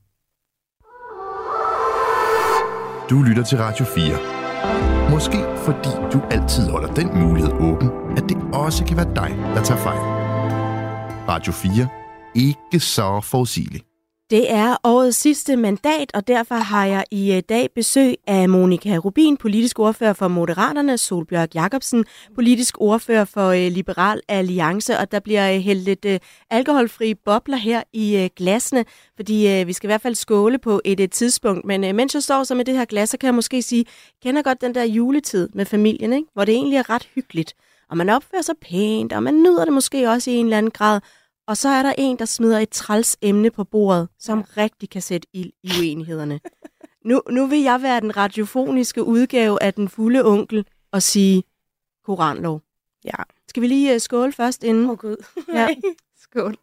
Du lytter til Radio fire. Måske fordi du altid holder den mulighed åben, at det også kan være dig, der tager fejl. Radio fire. Ikke så forudsigeligt. Det er årets sidste mandat, og derfor har jeg i dag besøg af Monika Rubin, politisk ordfører for Moderaterne, Sólbjørg Jakobsen, politisk ordfører for Liberal Alliance, og der bliver hældt lidt alkoholfri bobler her i glasene, fordi vi skal i hvert fald skåle på et tidspunkt. Men mens jeg står så med det her glas, så kan jeg måske sige, kender godt den der juletid med familien, ikke? Hvor det egentlig er ret hyggeligt, og man opfører sig pænt, og man nyder det måske også i en eller anden grad. Og så er der en, der smider et træls emne på bordet, som rigtig kan sætte ild i uenighederne. Nu, nu vil jeg være den radiofoniske udgave af den fulde onkel og sige koranlov. Ja. Skal vi lige uh, skåle først inden? Åh oh, gud. Ja. Skål.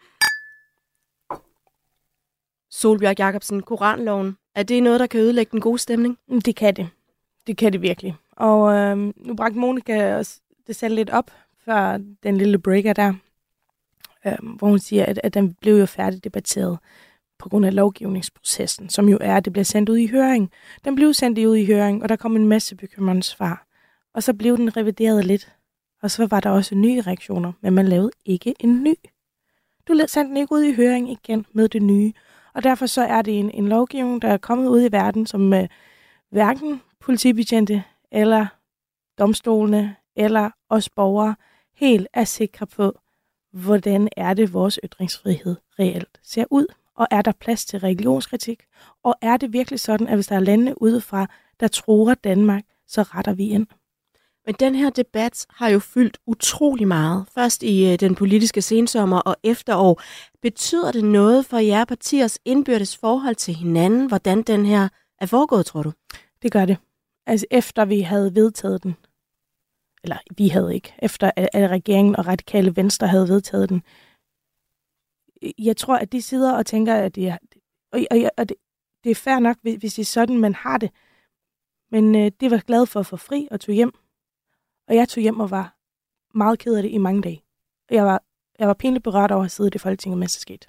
Sólbjørg Jakobsen, koranloven. Er det noget, der kan ødelægge den gode stemning? Det kan det. Det kan det virkelig. Og øhm, nu bragte Monika også det selv lidt op, før den lille breaker der. Øhm, hvor hun siger, at, at den blev jo færdigdebatteret på grund af lovgivningsprocessen, som jo er, at det bliver sendt ud i høring. Den blev sendt ud i høring, og der kom en masse bekymrende svar. Og så blev den revideret lidt. Og så var der også nye reaktioner, men man lavede ikke en ny. Du sendte den ikke ud i høring igen med det nye. Og derfor så er det en, en lovgivning, der er kommet ud i verden, som øh, hverken politibetjente eller domstolene eller os borgere helt er sikre på, hvordan er det, vores ytringsfrihed reelt ser ud? Og er der plads til religionskritik? Og er det virkelig sådan, at hvis der er lande udefra, der truer Danmark, så retter vi ind? Men den her debat har jo fyldt utrolig meget. Først i øh, den politiske sensommer og efterår. Betyder det noget for jer partiers indbyrdes forhold til hinanden, hvordan den her er foregået, tror du? Det gør det. Altså efter vi havde vedtaget den, eller vi havde ikke, efter at regeringen og Radikale Venstre havde vedtaget den. Jeg tror, at de sidder og tænker, at det er, og, og, og det, det er fair nok, hvis det er sådan, man har det. Men øh, det var glad for at få fri og tog hjem. Og jeg tog hjem og var meget ked af det i mange dage. Jeg var, jeg var pinligt berørt over at sidde i det Folketinget, mens det skete.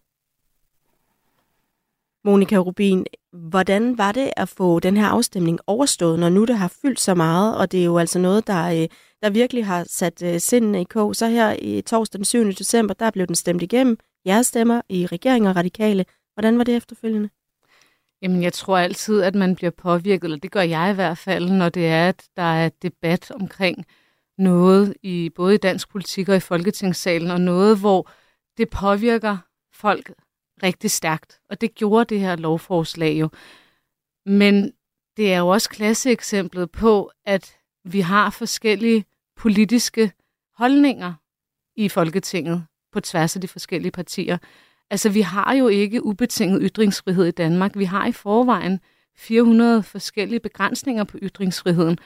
Monika Rubin, hvordan var det at få den her afstemning overstået, når nu det har fyldt så meget, og det er jo altså noget, der, der virkelig har sat sindene i kog. Så her i torsdag den syvende december, der blev den stemt igennem. Jeres stemmer i regeringen og Radikale. Hvordan var det efterfølgende? Jamen, jeg tror altid, at man bliver påvirket, eller det gør jeg i hvert fald, når det er, at der er debat omkring noget, i både i dansk politik og i Folketingssalen, og noget, hvor det påvirker folk rigtig stærkt. Og det gjorde det her lovforslag jo. Men det er jo også klasseeksemplet på, at vi har forskellige politiske holdninger i Folketinget på tværs af de forskellige partier. Altså, vi har jo ikke ubetinget ytringsfrihed i Danmark. Vi har i forvejen fire hundrede forskellige begrænsninger på ytringsfriheden.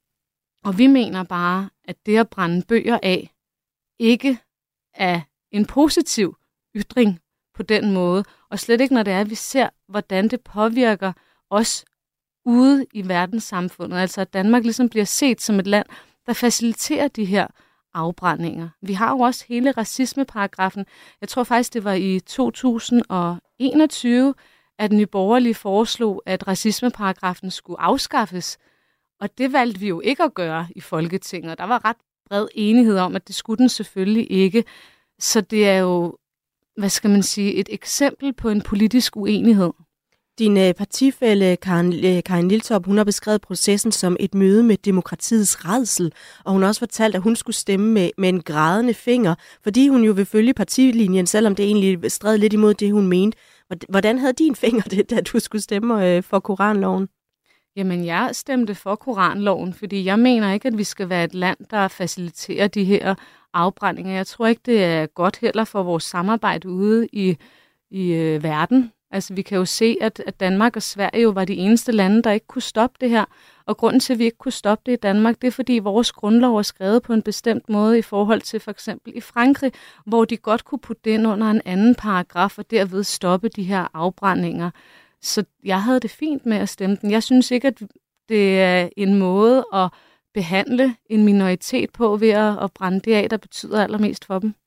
Og vi mener bare, at det at brænde bøger af ikke er en positiv ytring på den måde, og slet ikke når det er, at vi ser, hvordan det påvirker os ude i verdenssamfundet. Altså at Danmark ligesom bliver set som et land, der faciliterer de her afbrændinger. Vi har jo også hele racismeparagrafen. Jeg tror faktisk, det var i to tusind og enogtyve, at Nye Borgerlige foreslog, at racismeparagrafen skulle afskaffes. Og det valgte vi jo ikke at gøre i Folketinget. Og der var ret bred enighed om, at det skulle den selvfølgelig ikke. Så det er jo, hvad skal man sige, et eksempel på en politisk uenighed. Din øh, partifælle Karen, øh, Karin Liltorp, hun har beskrevet processen som et møde med demokratiets rædsel, og hun har også fortalt, at hun skulle stemme med, med en grædende finger, fordi hun jo vil følge partilinjen, selvom det egentlig stred lidt imod det, hun mente. Hvordan havde din finger det, da du skulle stemme øh, for koranloven? Jamen, jeg stemte for koranloven, fordi jeg mener ikke, at vi skal være et land, der faciliterer de her afbrændinger. Jeg tror ikke, det er godt heller for vores samarbejde ude i, i øh, verden. Altså, vi kan jo se, at, at Danmark og Sverige jo var de eneste lande, der ikke kunne stoppe det her. Og grunden til, at vi ikke kunne stoppe det i Danmark, det er, fordi vores grundlov er skrevet på en bestemt måde i forhold til for eksempel i Frankrig, hvor de godt kunne putte det ind under en anden paragraf og derved stoppe de her afbrændinger. Så jeg havde det fint med at stemme den. Jeg synes ikke, at det er en måde at behandle en minoritet på ved at brænde det af, der betyder allermest for dem.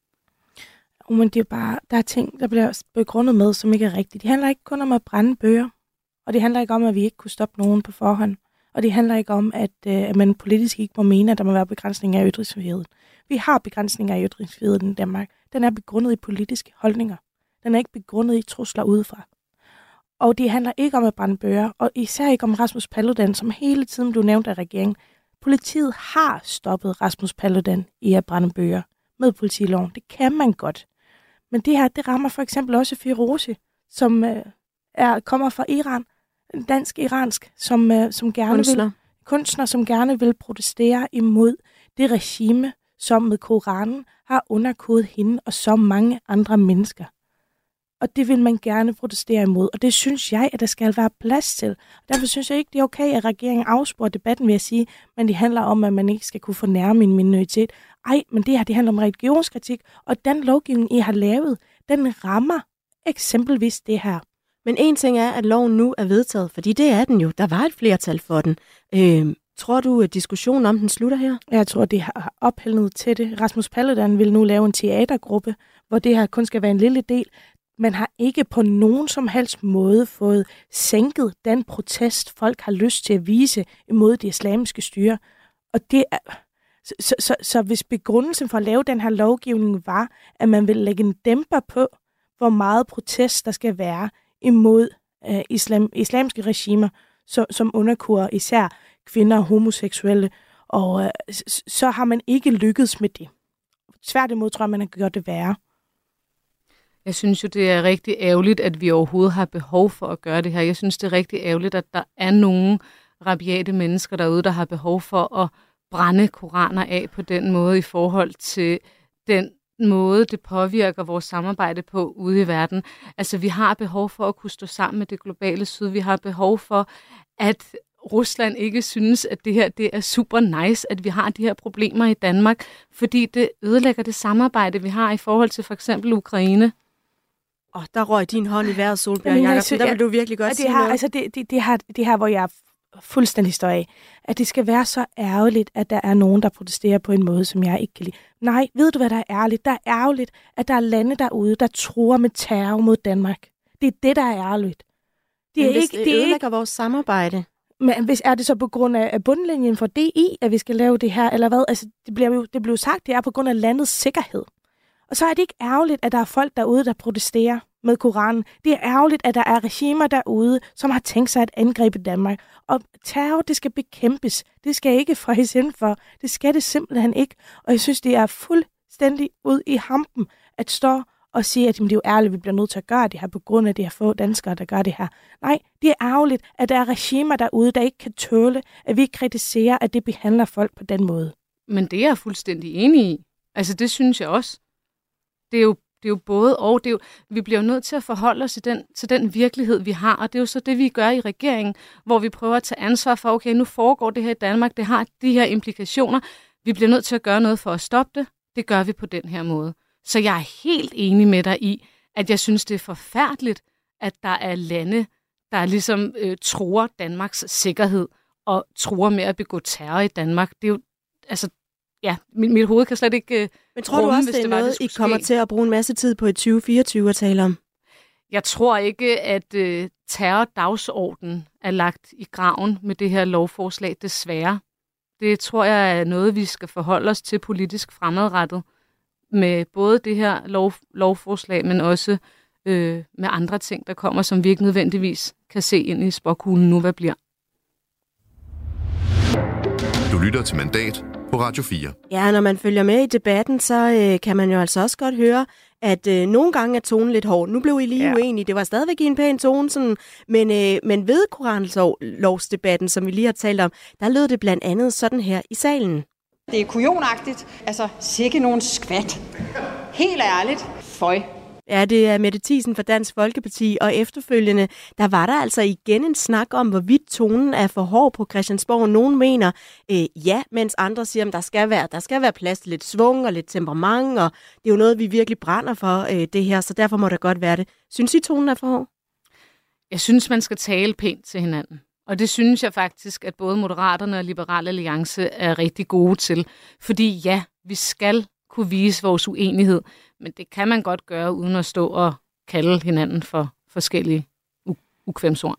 Men det er bare, der er ting, der bliver begrundet med, som ikke er rigtigt. Det handler ikke kun om at brænde bøger, og det handler ikke om, at vi ikke kunne stoppe nogen på forhånd. Og det handler ikke om, at, øh, at man politisk ikke må mene, at der må være begrænsninger af ytringsfriheden. Vi har begrænsninger af ytringsfriheden i Danmark. Den er begrundet i politiske holdninger. Den er ikke begrundet i trusler udefra. Og det handler ikke om at brænde bøger, og især ikke om Rasmus Paludan, som hele tiden blev nævnt af regeringen. Politiet har stoppet Rasmus Paludan i at brænde bøger med politiloven. Det kan man godt. Men det her, det rammer for eksempel også Firouzeh, som øh, er, kommer fra Iran, dansk-iransk, som, øh, som gerne kunstner. vil kunstner, som gerne vil protestere imod det regime, som med Koranen har underkodet hende og så mange andre mennesker. Og det vil man gerne protestere imod, og det synes jeg, at der skal være plads til. Og derfor synes jeg ikke, det er okay, at regeringen afsporer debatten ved at sige, men det handler om, at man ikke skal kunne fornærme en minoritet. Ej, men det her, det handler om religionskritik, og den lovgivning, I har lavet, den rammer eksempelvis det her. Men en ting er, at loven nu er vedtaget, fordi det er den jo. Der var et flertal for den. Øh, tror du, at diskussionen om den slutter her? Jeg tror, det har ophældet til det. Rasmus Paludan vil nu lave en teatergruppe, hvor det her kun skal være en lille del. Man har ikke på nogen som helst måde fået sænket den protest, folk har lyst til at vise imod det islamiske styre. Og det er, så, så, så, så hvis begrundelsen for at lave den her lovgivning var, at man vil lægge en dæmper på, hvor meget protest der skal være imod øh, islam, islamiske regimer, så, som underkurer især kvinder og homoseksuelle, og øh, så, så har man ikke lykkedes med det. Tværtimod tror jeg, man har gjort det værre. Jeg synes jo, det er rigtig ærgerligt, at vi overhovedet har behov for at gøre det her. Jeg synes, det er rigtig ærgerligt, at der er nogle rabiate mennesker derude, der har behov for at brænde koraner af på den måde i forhold til den måde, det påvirker vores samarbejde på ude i verden. Altså, vi har behov for at kunne stå sammen med det globale syd. Vi har behov for, at Rusland ikke synes, at det her det er super nice, at vi har de her problemer i Danmark, fordi det ødelægger det samarbejde, vi har i forhold til for eksempel Ukraine. Og oh, der røg din hånd i vejret, Solbjørn Jacobsen. Der vil du virkelig godt det sige her, noget. Altså det, det, det, her, det her, hvor jeg er fuldstændig står af, at det skal være så ærgerligt, at der er nogen, der protesterer på en måde, som jeg ikke kan lide. Nej, ved du, hvad der er ærgerligt? Der er ærgerligt, at der er lande derude, der truer med terror mod Danmark. Det er det, der er ærgerligt. Det er Men ikke, det, det ødelægger ikke vores samarbejde. Men hvis er det så på grund af bundlinjen for D I, at vi skal lave det her, eller hvad? Altså, det bliver jo det bliver sagt, det er på grund af landets sikkerhed. Og så er det ikke ærgerligt, at der er folk derude, der protesterer med Koranen. Det er ærgerligt, at der er regimer derude, som har tænkt sig at angribe Danmark. Og terror, det skal bekæmpes. Det skal ikke fredes ind for. Det skal det simpelthen ikke. Og jeg synes, det er fuldstændig ud i hampen at stå og sige, at jamen, det er jo ærgerligt, at vi bliver nødt til at gøre det her, på grund af det her få danskere, der gør det her. Nej, det er ærgerligt, at der er regimer derude, der ikke kan tåle, at vi kritiserer, at det behandler folk på den måde. Men det er jeg fuldstændig enig i. Altså, det synes jeg også. Det er jo, det det er jo både og. Det er jo, vi bliver jo nødt til at forholde os til den, til den virkelighed, vi har, og det er jo så det, vi gør i regeringen, hvor vi prøver at tage ansvar for, okay, nu foregår det her i Danmark, det har de her implikationer. Vi bliver nødt til at gøre noget for at stoppe det. Det gør vi på den her måde. Så jeg er helt enig med dig i, at jeg synes, det er forfærdeligt, at der er lande, der ligesom øh, truer Danmarks sikkerhed og truer med at begå terror i Danmark. Det er jo, altså, ja, mit, mit hoved kan slet ikke øh, Men tror rumme, du også, det er det noget, det I kommer ske. til at bruge en masse tid på i tyve fireogtyve at tale om? Jeg tror ikke, at øh, terrordagsordenen er lagt i graven med det her lovforslag, desværre. Det tror jeg er noget, vi skal forholde os til politisk fremadrettet med både det her lov, lovforslag, men også øh, med andre ting, der kommer, som vi ikke nødvendigvis kan se ind i spåkuglen nu, hvad bliver. Du lytter til Mandat på Radio fire. Ja, når man følger med i debatten, så øh, kan man jo altså også godt høre, at øh, nogle gange er tonen lidt hård. Nu blev I lige ja. uenige. Det var stadigvæk i en pæn tone, sådan, men, øh, men ved koranlovsdebatten, som vi lige har talt om, der lød det blandt andet sådan her i salen. Det er kujonagtigt. Altså, sikke nogen skvat. Helt ærligt. Føj. Ja, det er Mette Thiesen fra Dansk Folkeparti, og efterfølgende, der var der altså igen en snak om, hvorvidt tonen er for hård på Christiansborg. Nogen mener øh, ja, mens andre siger, at der skal være, der skal være plads til lidt svung og lidt temperament, og det er jo noget, vi virkelig brænder for, øh, det her, så derfor må der godt være det. Synes I, tonen er for hård? Jeg synes, man skal tale pænt til hinanden. Og det synes jeg faktisk, at både Moderaterne og Liberal Alliance er rigtig gode til. Fordi ja, vi skal kunne vise vores uenighed, men det kan man godt gøre, uden at stå og kalde hinanden for forskellige u- ukvemsord.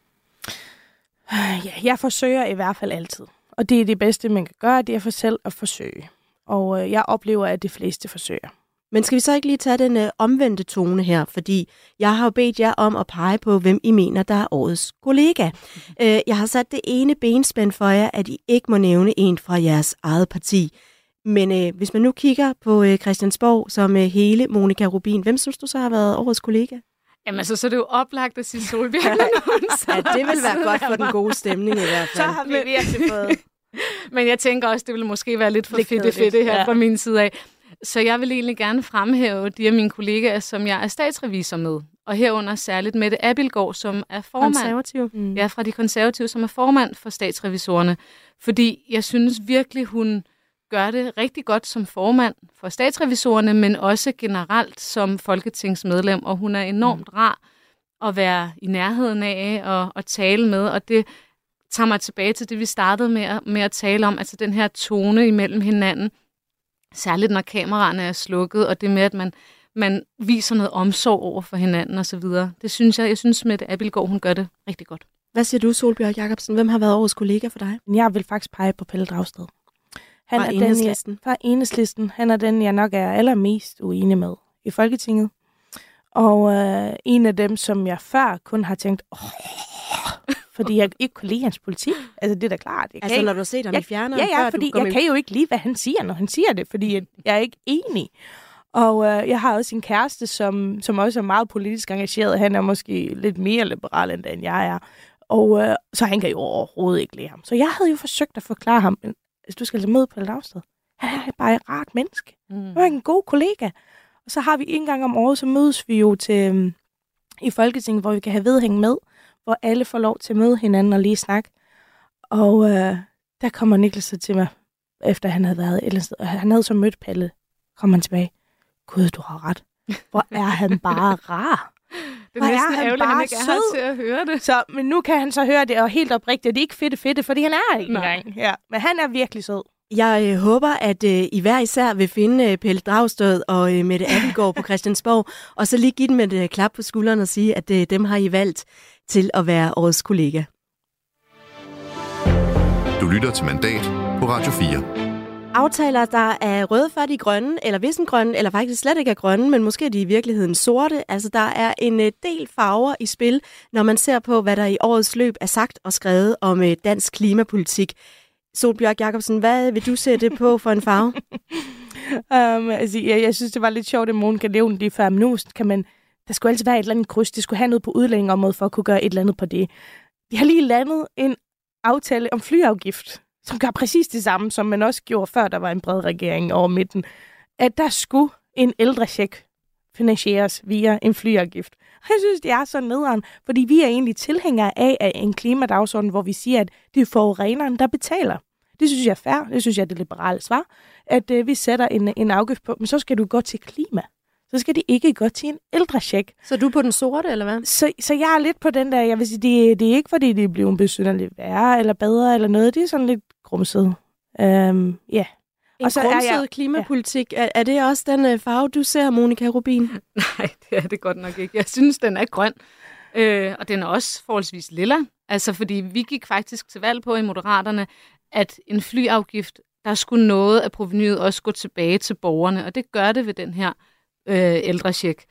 Ja, jeg forsøger i hvert fald altid. Og det er det bedste, man kan gøre, det er for selv at forsøge. Og øh, jeg oplever, at de fleste forsøger. Men skal vi så ikke lige tage den øh, omvendte tone her? Fordi jeg har jo bedt jer om at pege på, hvem I mener, der er årets kollega. Mm-hmm. Øh, jeg har sat det ene benspænd for jer, at I ikke må nævne en fra jeres eget parti. Men øh, hvis man nu kigger på øh, Christiansborg som øh, hele Monica Rubin, hvem synes du så har været årets kollega? Jamen altså, så er det jo oplagt at sige Solbjerg. Ja, det vil være godt for den gode stemning i hvert fald. Så har vi virkelig fået. Men jeg tænker også, det vil måske være lidt for fedt her ja. fra min side af. Så jeg vil egentlig gerne fremhæve de af mine kollegaer, som jeg er statsrevisor med. Og herunder særligt Mette Abildgaard, som er formand. Konservativ. Mm. Ja, fra de konservative, som er formand for statsrevisorerne. Fordi jeg synes virkelig, hun gør det rigtig godt som formand for statsrevisorerne, men også generelt som folketingsmedlem. Og hun er enormt rar at være i nærheden af og, og tale med. Og det tager mig tilbage til det, vi startede med at, med at tale om. Altså den her tone imellem hinanden. Særligt når kameraerne er slukket, og det med, at man, man viser noget omsorg over for hinanden og så videre. Det synes jeg, jeg synes Mette Abildgaard, hun gør det rigtig godt. Hvad siger du, Solbjørg Jacobsen? Hvem har været årets kollega for dig? Jeg vil faktisk pege på Pelle Dragsted. Han fra er Enhedslisten. Den, jeg, fra Enhedslisten. Han er den, jeg nok er allermest uenig med i Folketinget. Og øh, en af dem, som jeg før kun har tænkt, åh, fordi jeg ikke kunne lide hans politik. Altså, det er da klart. Jeg altså, kan når du har set ham jeg, i fjerneren? Ja, ja, før, fordi du jeg i... kan jo ikke lide, hvad han siger, når han siger det, fordi jeg, jeg er ikke enig. Og øh, jeg har også en kæreste, som, som også er meget politisk engageret. Han er måske lidt mere liberal, end jeg er. Og øh, så han kan jo overhovedet ikke lide ham. Så jeg havde jo forsøgt at forklare ham, hvis du skal lade møde på et afsted. Han er bare et rart menneske. Mm. Han er en god kollega. Og så har vi en gang om året, så mødes vi jo til, um, i Folketinget, hvor vi kan have vedhæng med, hvor alle får lov til at møde hinanden og lige snakke. Og øh, der kommer Niklas så til mig, efter han havde været et eller andet sted. Han havde så mødt Pelle. Kommer han tilbage. Gud, du har ret. Hvor er han bare rar. Det er næsten ærgerligt, at han ikke er her til at høre det. Så, men nu kan han så høre det, og helt oprigtigt, det er ikke fedte fedte, fordi han er ikke engang. Ja, men han er virkelig sød. Jeg øh, håber, at øh, I hver især vil finde øh, Pelle Dragsted og øh, Mette Abildgaard på Christiansborg, og så lige give dem et øh, klap på skulderen og sige, at øh, dem har I valgt til at være årets kollega. Du lytter til Mandat på Radio fire. Aftaler, der er rødfærdige grønne, eller vissengrønne, eller faktisk slet ikke er grønne, men måske er de i virkeligheden sorte. Altså, der er en del farver i spil, når man ser på, hvad der i årets løb er sagt og skrevet om dansk klimapolitik. Solbjørg Jacobsen, hvad vil du sætte på for en farve? um, altså, jeg, jeg synes, det var lidt sjovt, at Monica nævnte det før, men nu kan man, der skulle altid være et eller andet kryds. De skulle have noget på udlændingeområdet for at kunne gøre et eller andet på det. De har lige landet en aftale om flyafgift, som gør præcis det samme, som man også gjorde før, der var en bred regering over midten. At der skulle en ældrecheck finansieres via en flyafgift. Og jeg synes, det er så nederen, fordi vi er egentlig tilhængere af, af en klimadagsorden, hvor vi siger, at det er forureneren, der betaler. Det synes jeg er fair. Det synes jeg er det liberale svar, at øh, vi sætter en, en afgift på, men så skal du gå til klima. Så skal det ikke gå til en ældrecheck. Så er du på den sorte, eller hvad? Så, så jeg er lidt på den der, jeg vil sige, det, det er ikke, fordi det bliver besynderligt værre, eller bedre, eller noget. Det er sådan lidt grumset. Øhm, yeah. En grumset klimapolitik. Ja. Er, er det også den øh, farve, du ser, Monica Rubin? Nej, det er det godt nok ikke. Jeg synes, den er grøn. Øh, og den er også forholdsvis lilla. Altså, fordi vi gik faktisk til valg på i Moderaterne, at en flyafgift, der skulle noget af provenyet også gå tilbage til borgerne. Og det gør det ved den her øh, ældrecheck.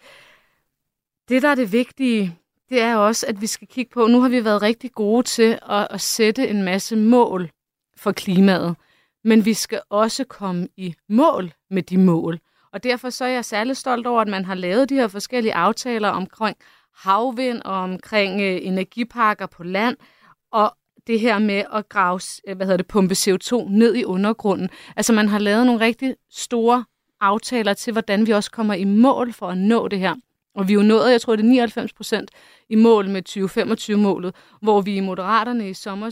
Det, der er det vigtige, det er også, at vi skal kigge på, nu har vi været rigtig gode til at, at sætte en masse mål for klimaet. Men vi skal også komme i mål med de mål. Og derfor så er jeg særlig stolt over, at man har lavet de her forskellige aftaler omkring havvind og omkring øh, energiparker på land, og det her med at grave, hvad hedder det, pumpe C O to ned i undergrunden. Altså man har lavet nogle rigtig store aftaler til, hvordan vi også kommer i mål for at nå det her. Og vi er jo nået, jeg tror det er nioghalvfems procent i mål med tyve femogtyve-målet, hvor vi i Moderaterne i sommer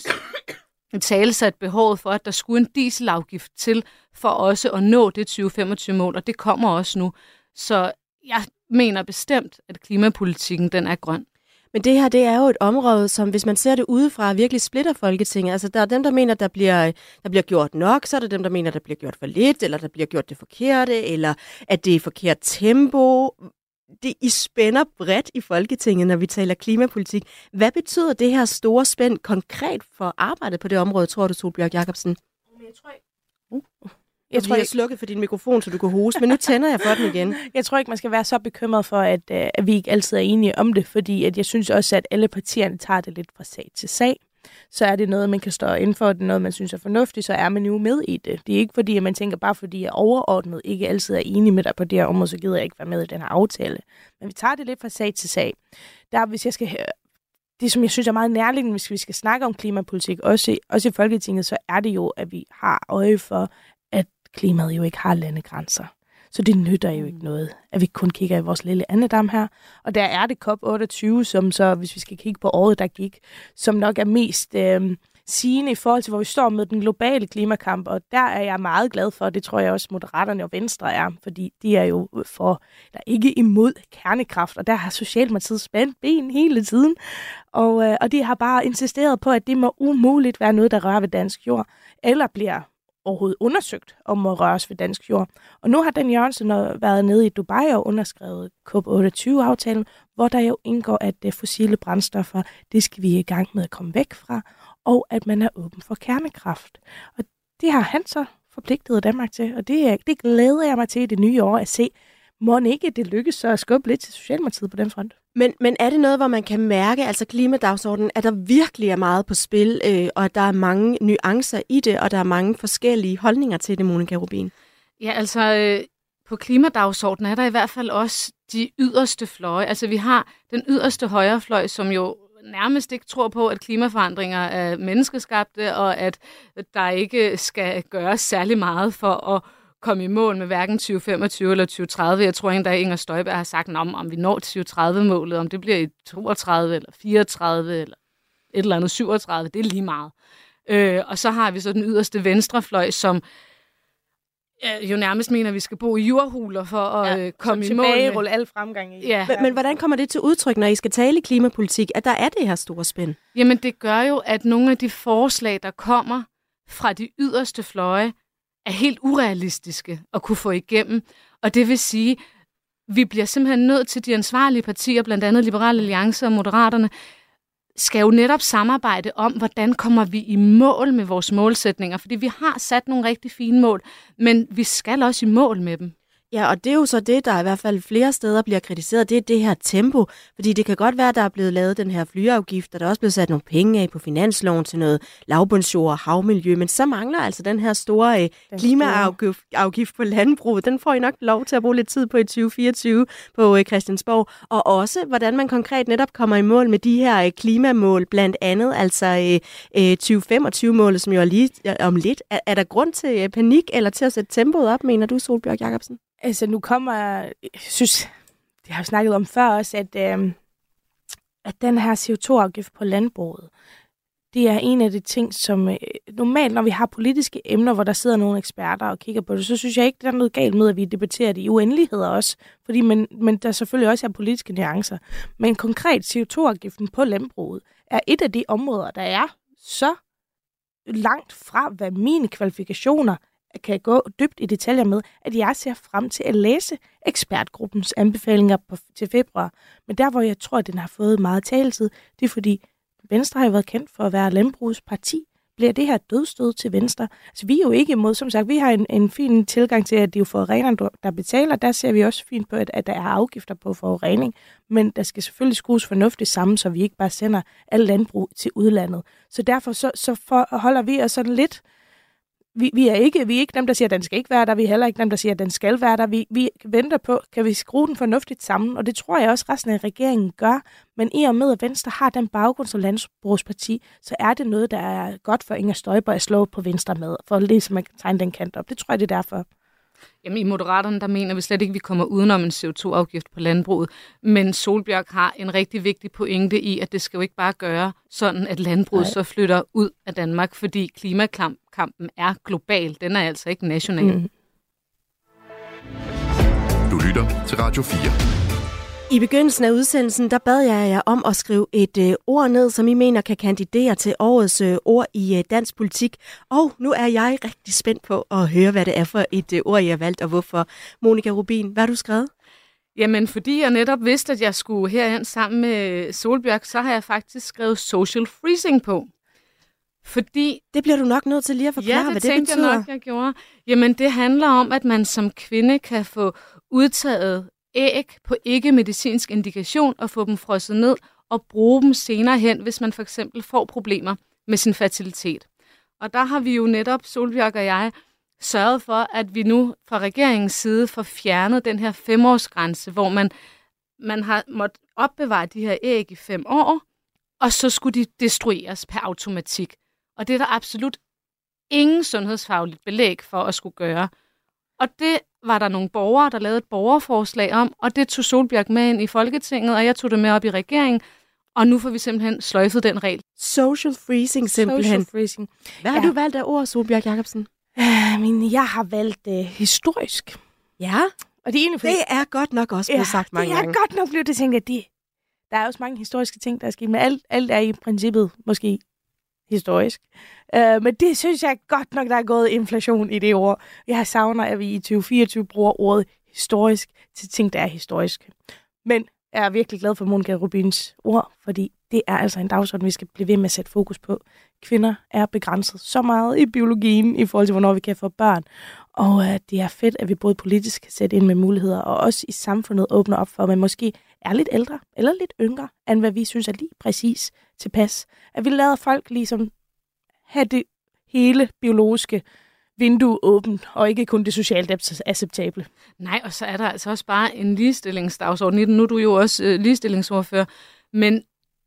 talesat behovet for, at der skulle en dieselafgift til, for også at nå det tyve femogtyve-mål, og det kommer også nu. Så jeg mener bestemt, at klimapolitikken den er grøn. Men det her, det er jo et område, som hvis man ser det udefra, virkelig splitter Folketinget. Altså, der er dem, der mener, der bliver, der bliver gjort nok, så er der dem, der mener, der bliver gjort for lidt, eller der bliver gjort det forkerte, eller at det er forkert tempo. Det, I spænder bredt i Folketinget, når vi taler klimapolitik. Hvad betyder det her store spænd konkret for arbejdet på det område, tror du, Sólbjørg Jakobsen? Jeg tror ikke. Uh. Jeg tror, jeg har slukket for din mikrofon, så du kan hoste, men nu tænder jeg for den igen. Jeg tror ikke, man skal være så bekymret for, at, at vi ikke altid er enige om det, fordi at jeg synes også, at alle partierne tager det lidt fra sag til sag. Så er det noget, man kan stå inden for, det er noget, man synes er fornuftigt, så er man jo med i det. Det er ikke fordi, at man tænker, bare fordi jeg overordnet ikke altid er enig med dig på det her område, så gider jeg ikke være med i den her aftale. Men vi tager det lidt fra sag til sag. Der, hvis jeg skal, det, som jeg synes er meget nærliggende, hvis vi skal snakke om klimapolitik, også i, også i Folketinget, så er det jo, at vi har øje for, at klimaet jo ikke har landegrænser. Så det nytter jo ikke noget, at vi kun kigger i vores lille andedam her. Og der er det COP otteogtyve, som så, hvis vi skal kigge på året, der gik, som nok er mest øh, sigende i forhold til, hvor vi står med den globale klimakamp. Og der er jeg meget glad for, det tror jeg også Moderaterne og Venstre er, fordi de er jo for, der er ikke imod kernekraft, og der har Socialdemokratiet spændt ben hele tiden. Og, øh, og de har bare insisteret på, at det må umuligt være noget, der rører ved dansk jord, eller bliver overhovedet undersøgt om at røres ved dansk jord. Og nu har Dan Jørgensen været nede i Dubai og underskrevet COP otteogtyve-aftalen, hvor der jo indgår, at fossile brændstoffer, det skal vi i gang med at komme væk fra, og at man er åben for kernekraft. Og det har han så forpligtet Danmark til, og det, det glæder jeg mig til i det nye år at se. Må ikke det lykkes så at skubbe lidt til Socialdemokratiet på den front? Men, men er det noget, hvor man kan mærke, altså klimadagsordenen, at der virkelig er meget på spil, øh, og at der er mange nuancer i det, og der er mange forskellige holdninger til det, Monica Rubin? Ja, altså øh, på klimadagsordenen er der i hvert fald også de yderste fløje. Altså vi har den yderste højrefløj, som jo nærmest ikke tror på, at klimaforandringer er menneskeskabte, og at der ikke skal gøres særlig meget for at komme i mål med hverken tyve femogtyve eller tyve tredive. Jeg tror ikke, der Inger Støjberg har sagt, om, om vi når tyve tredive-målet, om det bliver i toogtredive eller fireogtredive eller et eller andet syvogtredive, det er lige meget. Øh, og så har vi så den yderste venstrefløj, som øh, jo nærmest mener, at vi skal bo i jordhuler for at ja, øh, komme i mål med. Tilbagerulle al fremgang i. Ja. Men, men hvordan kommer det til udtryk, når I skal tale klimapolitik, at der er det her store spænd? Jamen det gør jo, at nogle af de forslag, der kommer fra de yderste fløje, er helt urealistiske at kunne få igennem. Og det vil sige, vi bliver simpelthen nødt til de ansvarlige partier, blandt andet Liberale Alliance og Moderaterne, skal jo netop samarbejde om, hvordan kommer vi i mål med vores målsætninger. Fordi vi har sat nogle rigtig fine mål, men vi skal også i mål med dem. Ja, og det er jo så det, der i hvert fald flere steder bliver kritiseret, det er det her tempo. Fordi det kan godt være, at der er blevet lavet den her flyafgift, og der er også blevet sat nogle penge af på finansloven til noget lavbundsjord og havmiljø, men så mangler altså den her store øh, klimaafgift på landbruget. Den får I nok lov til at bruge lidt tid på i tyve fireogtyve på øh, Christiansborg. Og også, hvordan man konkret netop kommer i mål med de her øh, klimamål, blandt andet altså øh, øh, tyve femogtyve-målet, som jo er lige øh, om lidt. Er, er der grund til øh, panik eller til at sætte tempoet op, mener du, Sólbjørg Jakobsen? Altså, nu kommer jeg, synes, det har jeg snakket om før også, at, øh, at den her C O to afgift på landbruget, det er en af de ting, som øh, normalt, når vi har politiske emner, hvor der sidder nogle eksperter og kigger på det, så synes jeg ikke, der er noget galt med, at vi debatterer det i uendeligheder også, fordi man, men der selvfølgelig også er politiske nuancer. Men konkret C O to afgiften på landbruget er et af de områder, der er så langt fra, hvad mine kvalifikationer kan gå dybt i detaljer med, at jeg ser frem til at læse ekspertgruppens anbefalinger på, til februar. Men der, hvor jeg tror, at den har fået meget taletid, det er fordi, Venstre har jo været kendt for at være landbrugsparti. Bliver det her dødstød til Venstre? Altså, vi er jo ikke imod, som sagt, vi har en, en fin tilgang til, at det er jo forureneren, der betaler. Der ser vi også fint på, at, at der er afgifter på forurening. Men der skal selvfølgelig skrues fornuftigt sammen, så vi ikke bare sender al landbrug til udlandet. Så derfor så, så forholder vi os sådan lidt. Vi, vi, er ikke, vi er ikke dem, der siger, at den skal ikke være der. Vi er heller ikke dem, der siger, at den skal være der. Vi, vi venter på, kan vi skrue den fornuftigt sammen? Og det tror jeg også, resten af regeringen gør. Men i og med, at Venstre har den baggrund som landbrugsparti, så er det noget, der er godt for Inger Støjberg at slå på Venstre med, for ligesom at tegne den kant op. Det tror jeg, det er derfor. Jamen i Moderaterne, der mener vi slet ikke, at vi kommer udenom en C O to afgift på landbruget. Men Solbjørg har en rigtig vigtig pointe i, at det skal jo ikke bare gøre sådan, at landbruget Nej. så flytter ud af Danmark, fordi klimakampen er global. Den er altså ikke national. Mm. Du lytter til Radio fire. I begyndelsen af udsendelsen, der bad jeg jer om at skrive et øh, ord ned, som I mener kan kandidere til årets øh, ord i øh, dansk politik. Og nu er jeg rigtig spændt på at høre, hvad det er for et øh, ord, I har valgt, og hvorfor. Monika Rubin, hvad har du skrevet? Jamen, fordi jeg netop vidste, at jeg skulle herhen sammen med Solbjørg, så har jeg faktisk skrevet social freezing på. Fordi... Det bliver du nok nødt til lige at forklare, ja, det hvad det betyder. Jeg nok, jeg gjorde. Jamen, det handler om, at man som kvinde kan få udtaget æg på ikke-medicinsk indikation og få dem frosset ned og bruge dem senere hen, hvis man for eksempel får problemer med sin fertilitet. Og der har vi jo netop, Solbjørg og jeg, sørget for, at vi nu fra regeringens side får fjernet den her femårsgrænse, hvor man, man har måttet opbevare de her æg i fem år, og så skulle de destrueres per automatik. Og det er der absolut ingen sundhedsfagligt belæg for at skulle gøre. Og det var der nogle borgere, der lavede et borgerforslag om, og det tog Solbjørg med ind i Folketinget, og jeg tog det med op i regeringen, og nu får vi simpelthen sløjfet den regel. Social freezing simpelthen. Social freezing. Hvad har ja. du valgt af ord, Solbjørg Jacobsen? Uh, men jeg har valgt uh, historisk. Ja, og det er, det er godt nok også blevet ja, sagt mange gange. det er godt nok blevet det tænkt, at det, der er også mange historiske ting, der er sket, men alt, alt er i princippet måske historisk. Uh, men det synes jeg godt nok, der er gået inflation i det ord. Jeg savner, at vi i tyve fireogtyve bruger ordet historisk til ting, der er historiske. Men jeg er virkelig glad for Monika Rubins ord, fordi det er altså en dagsorden, vi skal blive ved med at sætte fokus på. Kvinder er begrænset så meget i biologien i forhold til, hvornår vi kan få børn. Og uh, det er fedt, at vi både politisk kan sætte ind med muligheder, og også i samfundet åbner op for, at man måske er lidt ældre eller lidt yngre, end hvad vi synes er lige præcis tilpas. At vi lader folk ligesom have det hele biologiske vindue åbent, og ikke kun det socialt acceptable. Nej, og så er der altså også bare en ligestillingsdagsorden i den. Nu er du jo også øh, ligestillingsordfører, men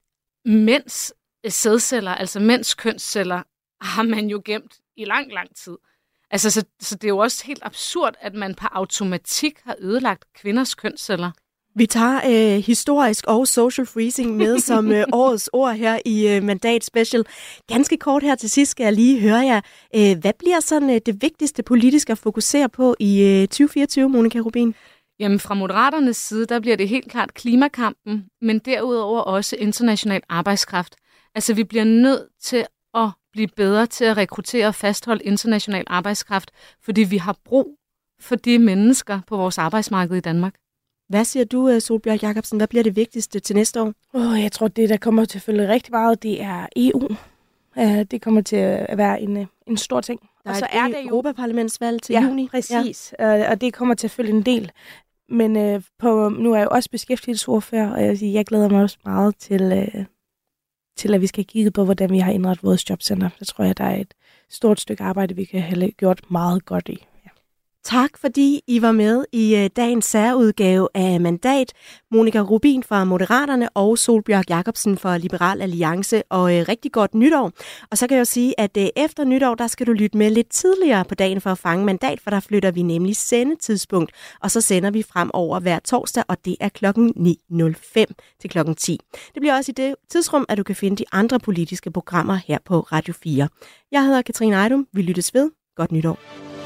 mænds sædceller, altså mænds kønsceller, har man jo gemt i lang, lang tid. Altså, så, så det er jo også helt absurd, at man på automatik har ødelagt kvinders kønsceller. Vi tager øh, historisk og social freezing med som øh, årets ord her i øh, Mandat Special. Ganske kort her til sidst skal jeg lige høre jer. Øh, hvad bliver sådan øh, det vigtigste politisk at fokusere på i øh, tyve fireogtyve, Monika Rubin? Jamen fra Moderaternes side, der bliver det helt klart klimakampen, men derudover også international arbejdskraft. Altså vi bliver nødt til at blive bedre til at rekruttere og fastholde international arbejdskraft, fordi vi har brug for de mennesker på vores arbejdsmarked i Danmark. Hvad siger du, Solbjørg Jacobsen? Hvad bliver det vigtigste til næste år? Oh, jeg tror, det der kommer til at følge rigtig meget, det er E U. Uh, det kommer til at være en, en stor ting. Der og så er det Europaparlamentsvalg til ja, juni. Præcis. Ja, præcis. Uh, og det kommer til at følge en del. Men uh, på, nu er jeg jo også beskæftigelsesordfører, og jeg vil sige, jeg glæder mig også meget til, uh, til, at vi skal kigge på, hvordan vi har indrettet vores jobcenter. Der tror jeg, der er et stort stykke arbejde, vi kan have gjort meget godt i. Tak fordi I var med i uh, dagens særudgave af Mandat. Monika Rubin fra Moderaterne og Solbjørg Jacobsen fra Liberal Alliance. Og uh, rigtig godt nytår. Og så kan jeg jo sige, at uh, efter nytår, der skal du lytte med lidt tidligere på dagen for at fange mandat, for der flytter vi nemlig sendetidspunkt. Og så sender vi fremover hver torsdag, og det er klokken ni nul fem til klokken ti. Det bliver også i det tidsrum, at du kan finde de andre politiske programmer her på Radio fire. Jeg hedder Katrine Ejdum. Vi lyttes ved. Godt nytår.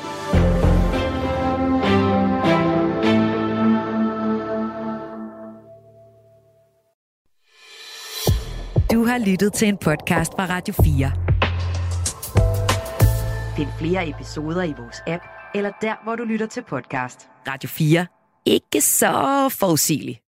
Du har lyttet til en podcast fra Radio fire. Find flere episoder i vores app, eller der, hvor du lytter til podcast. Radio fire. Ikke så forudsigeligt.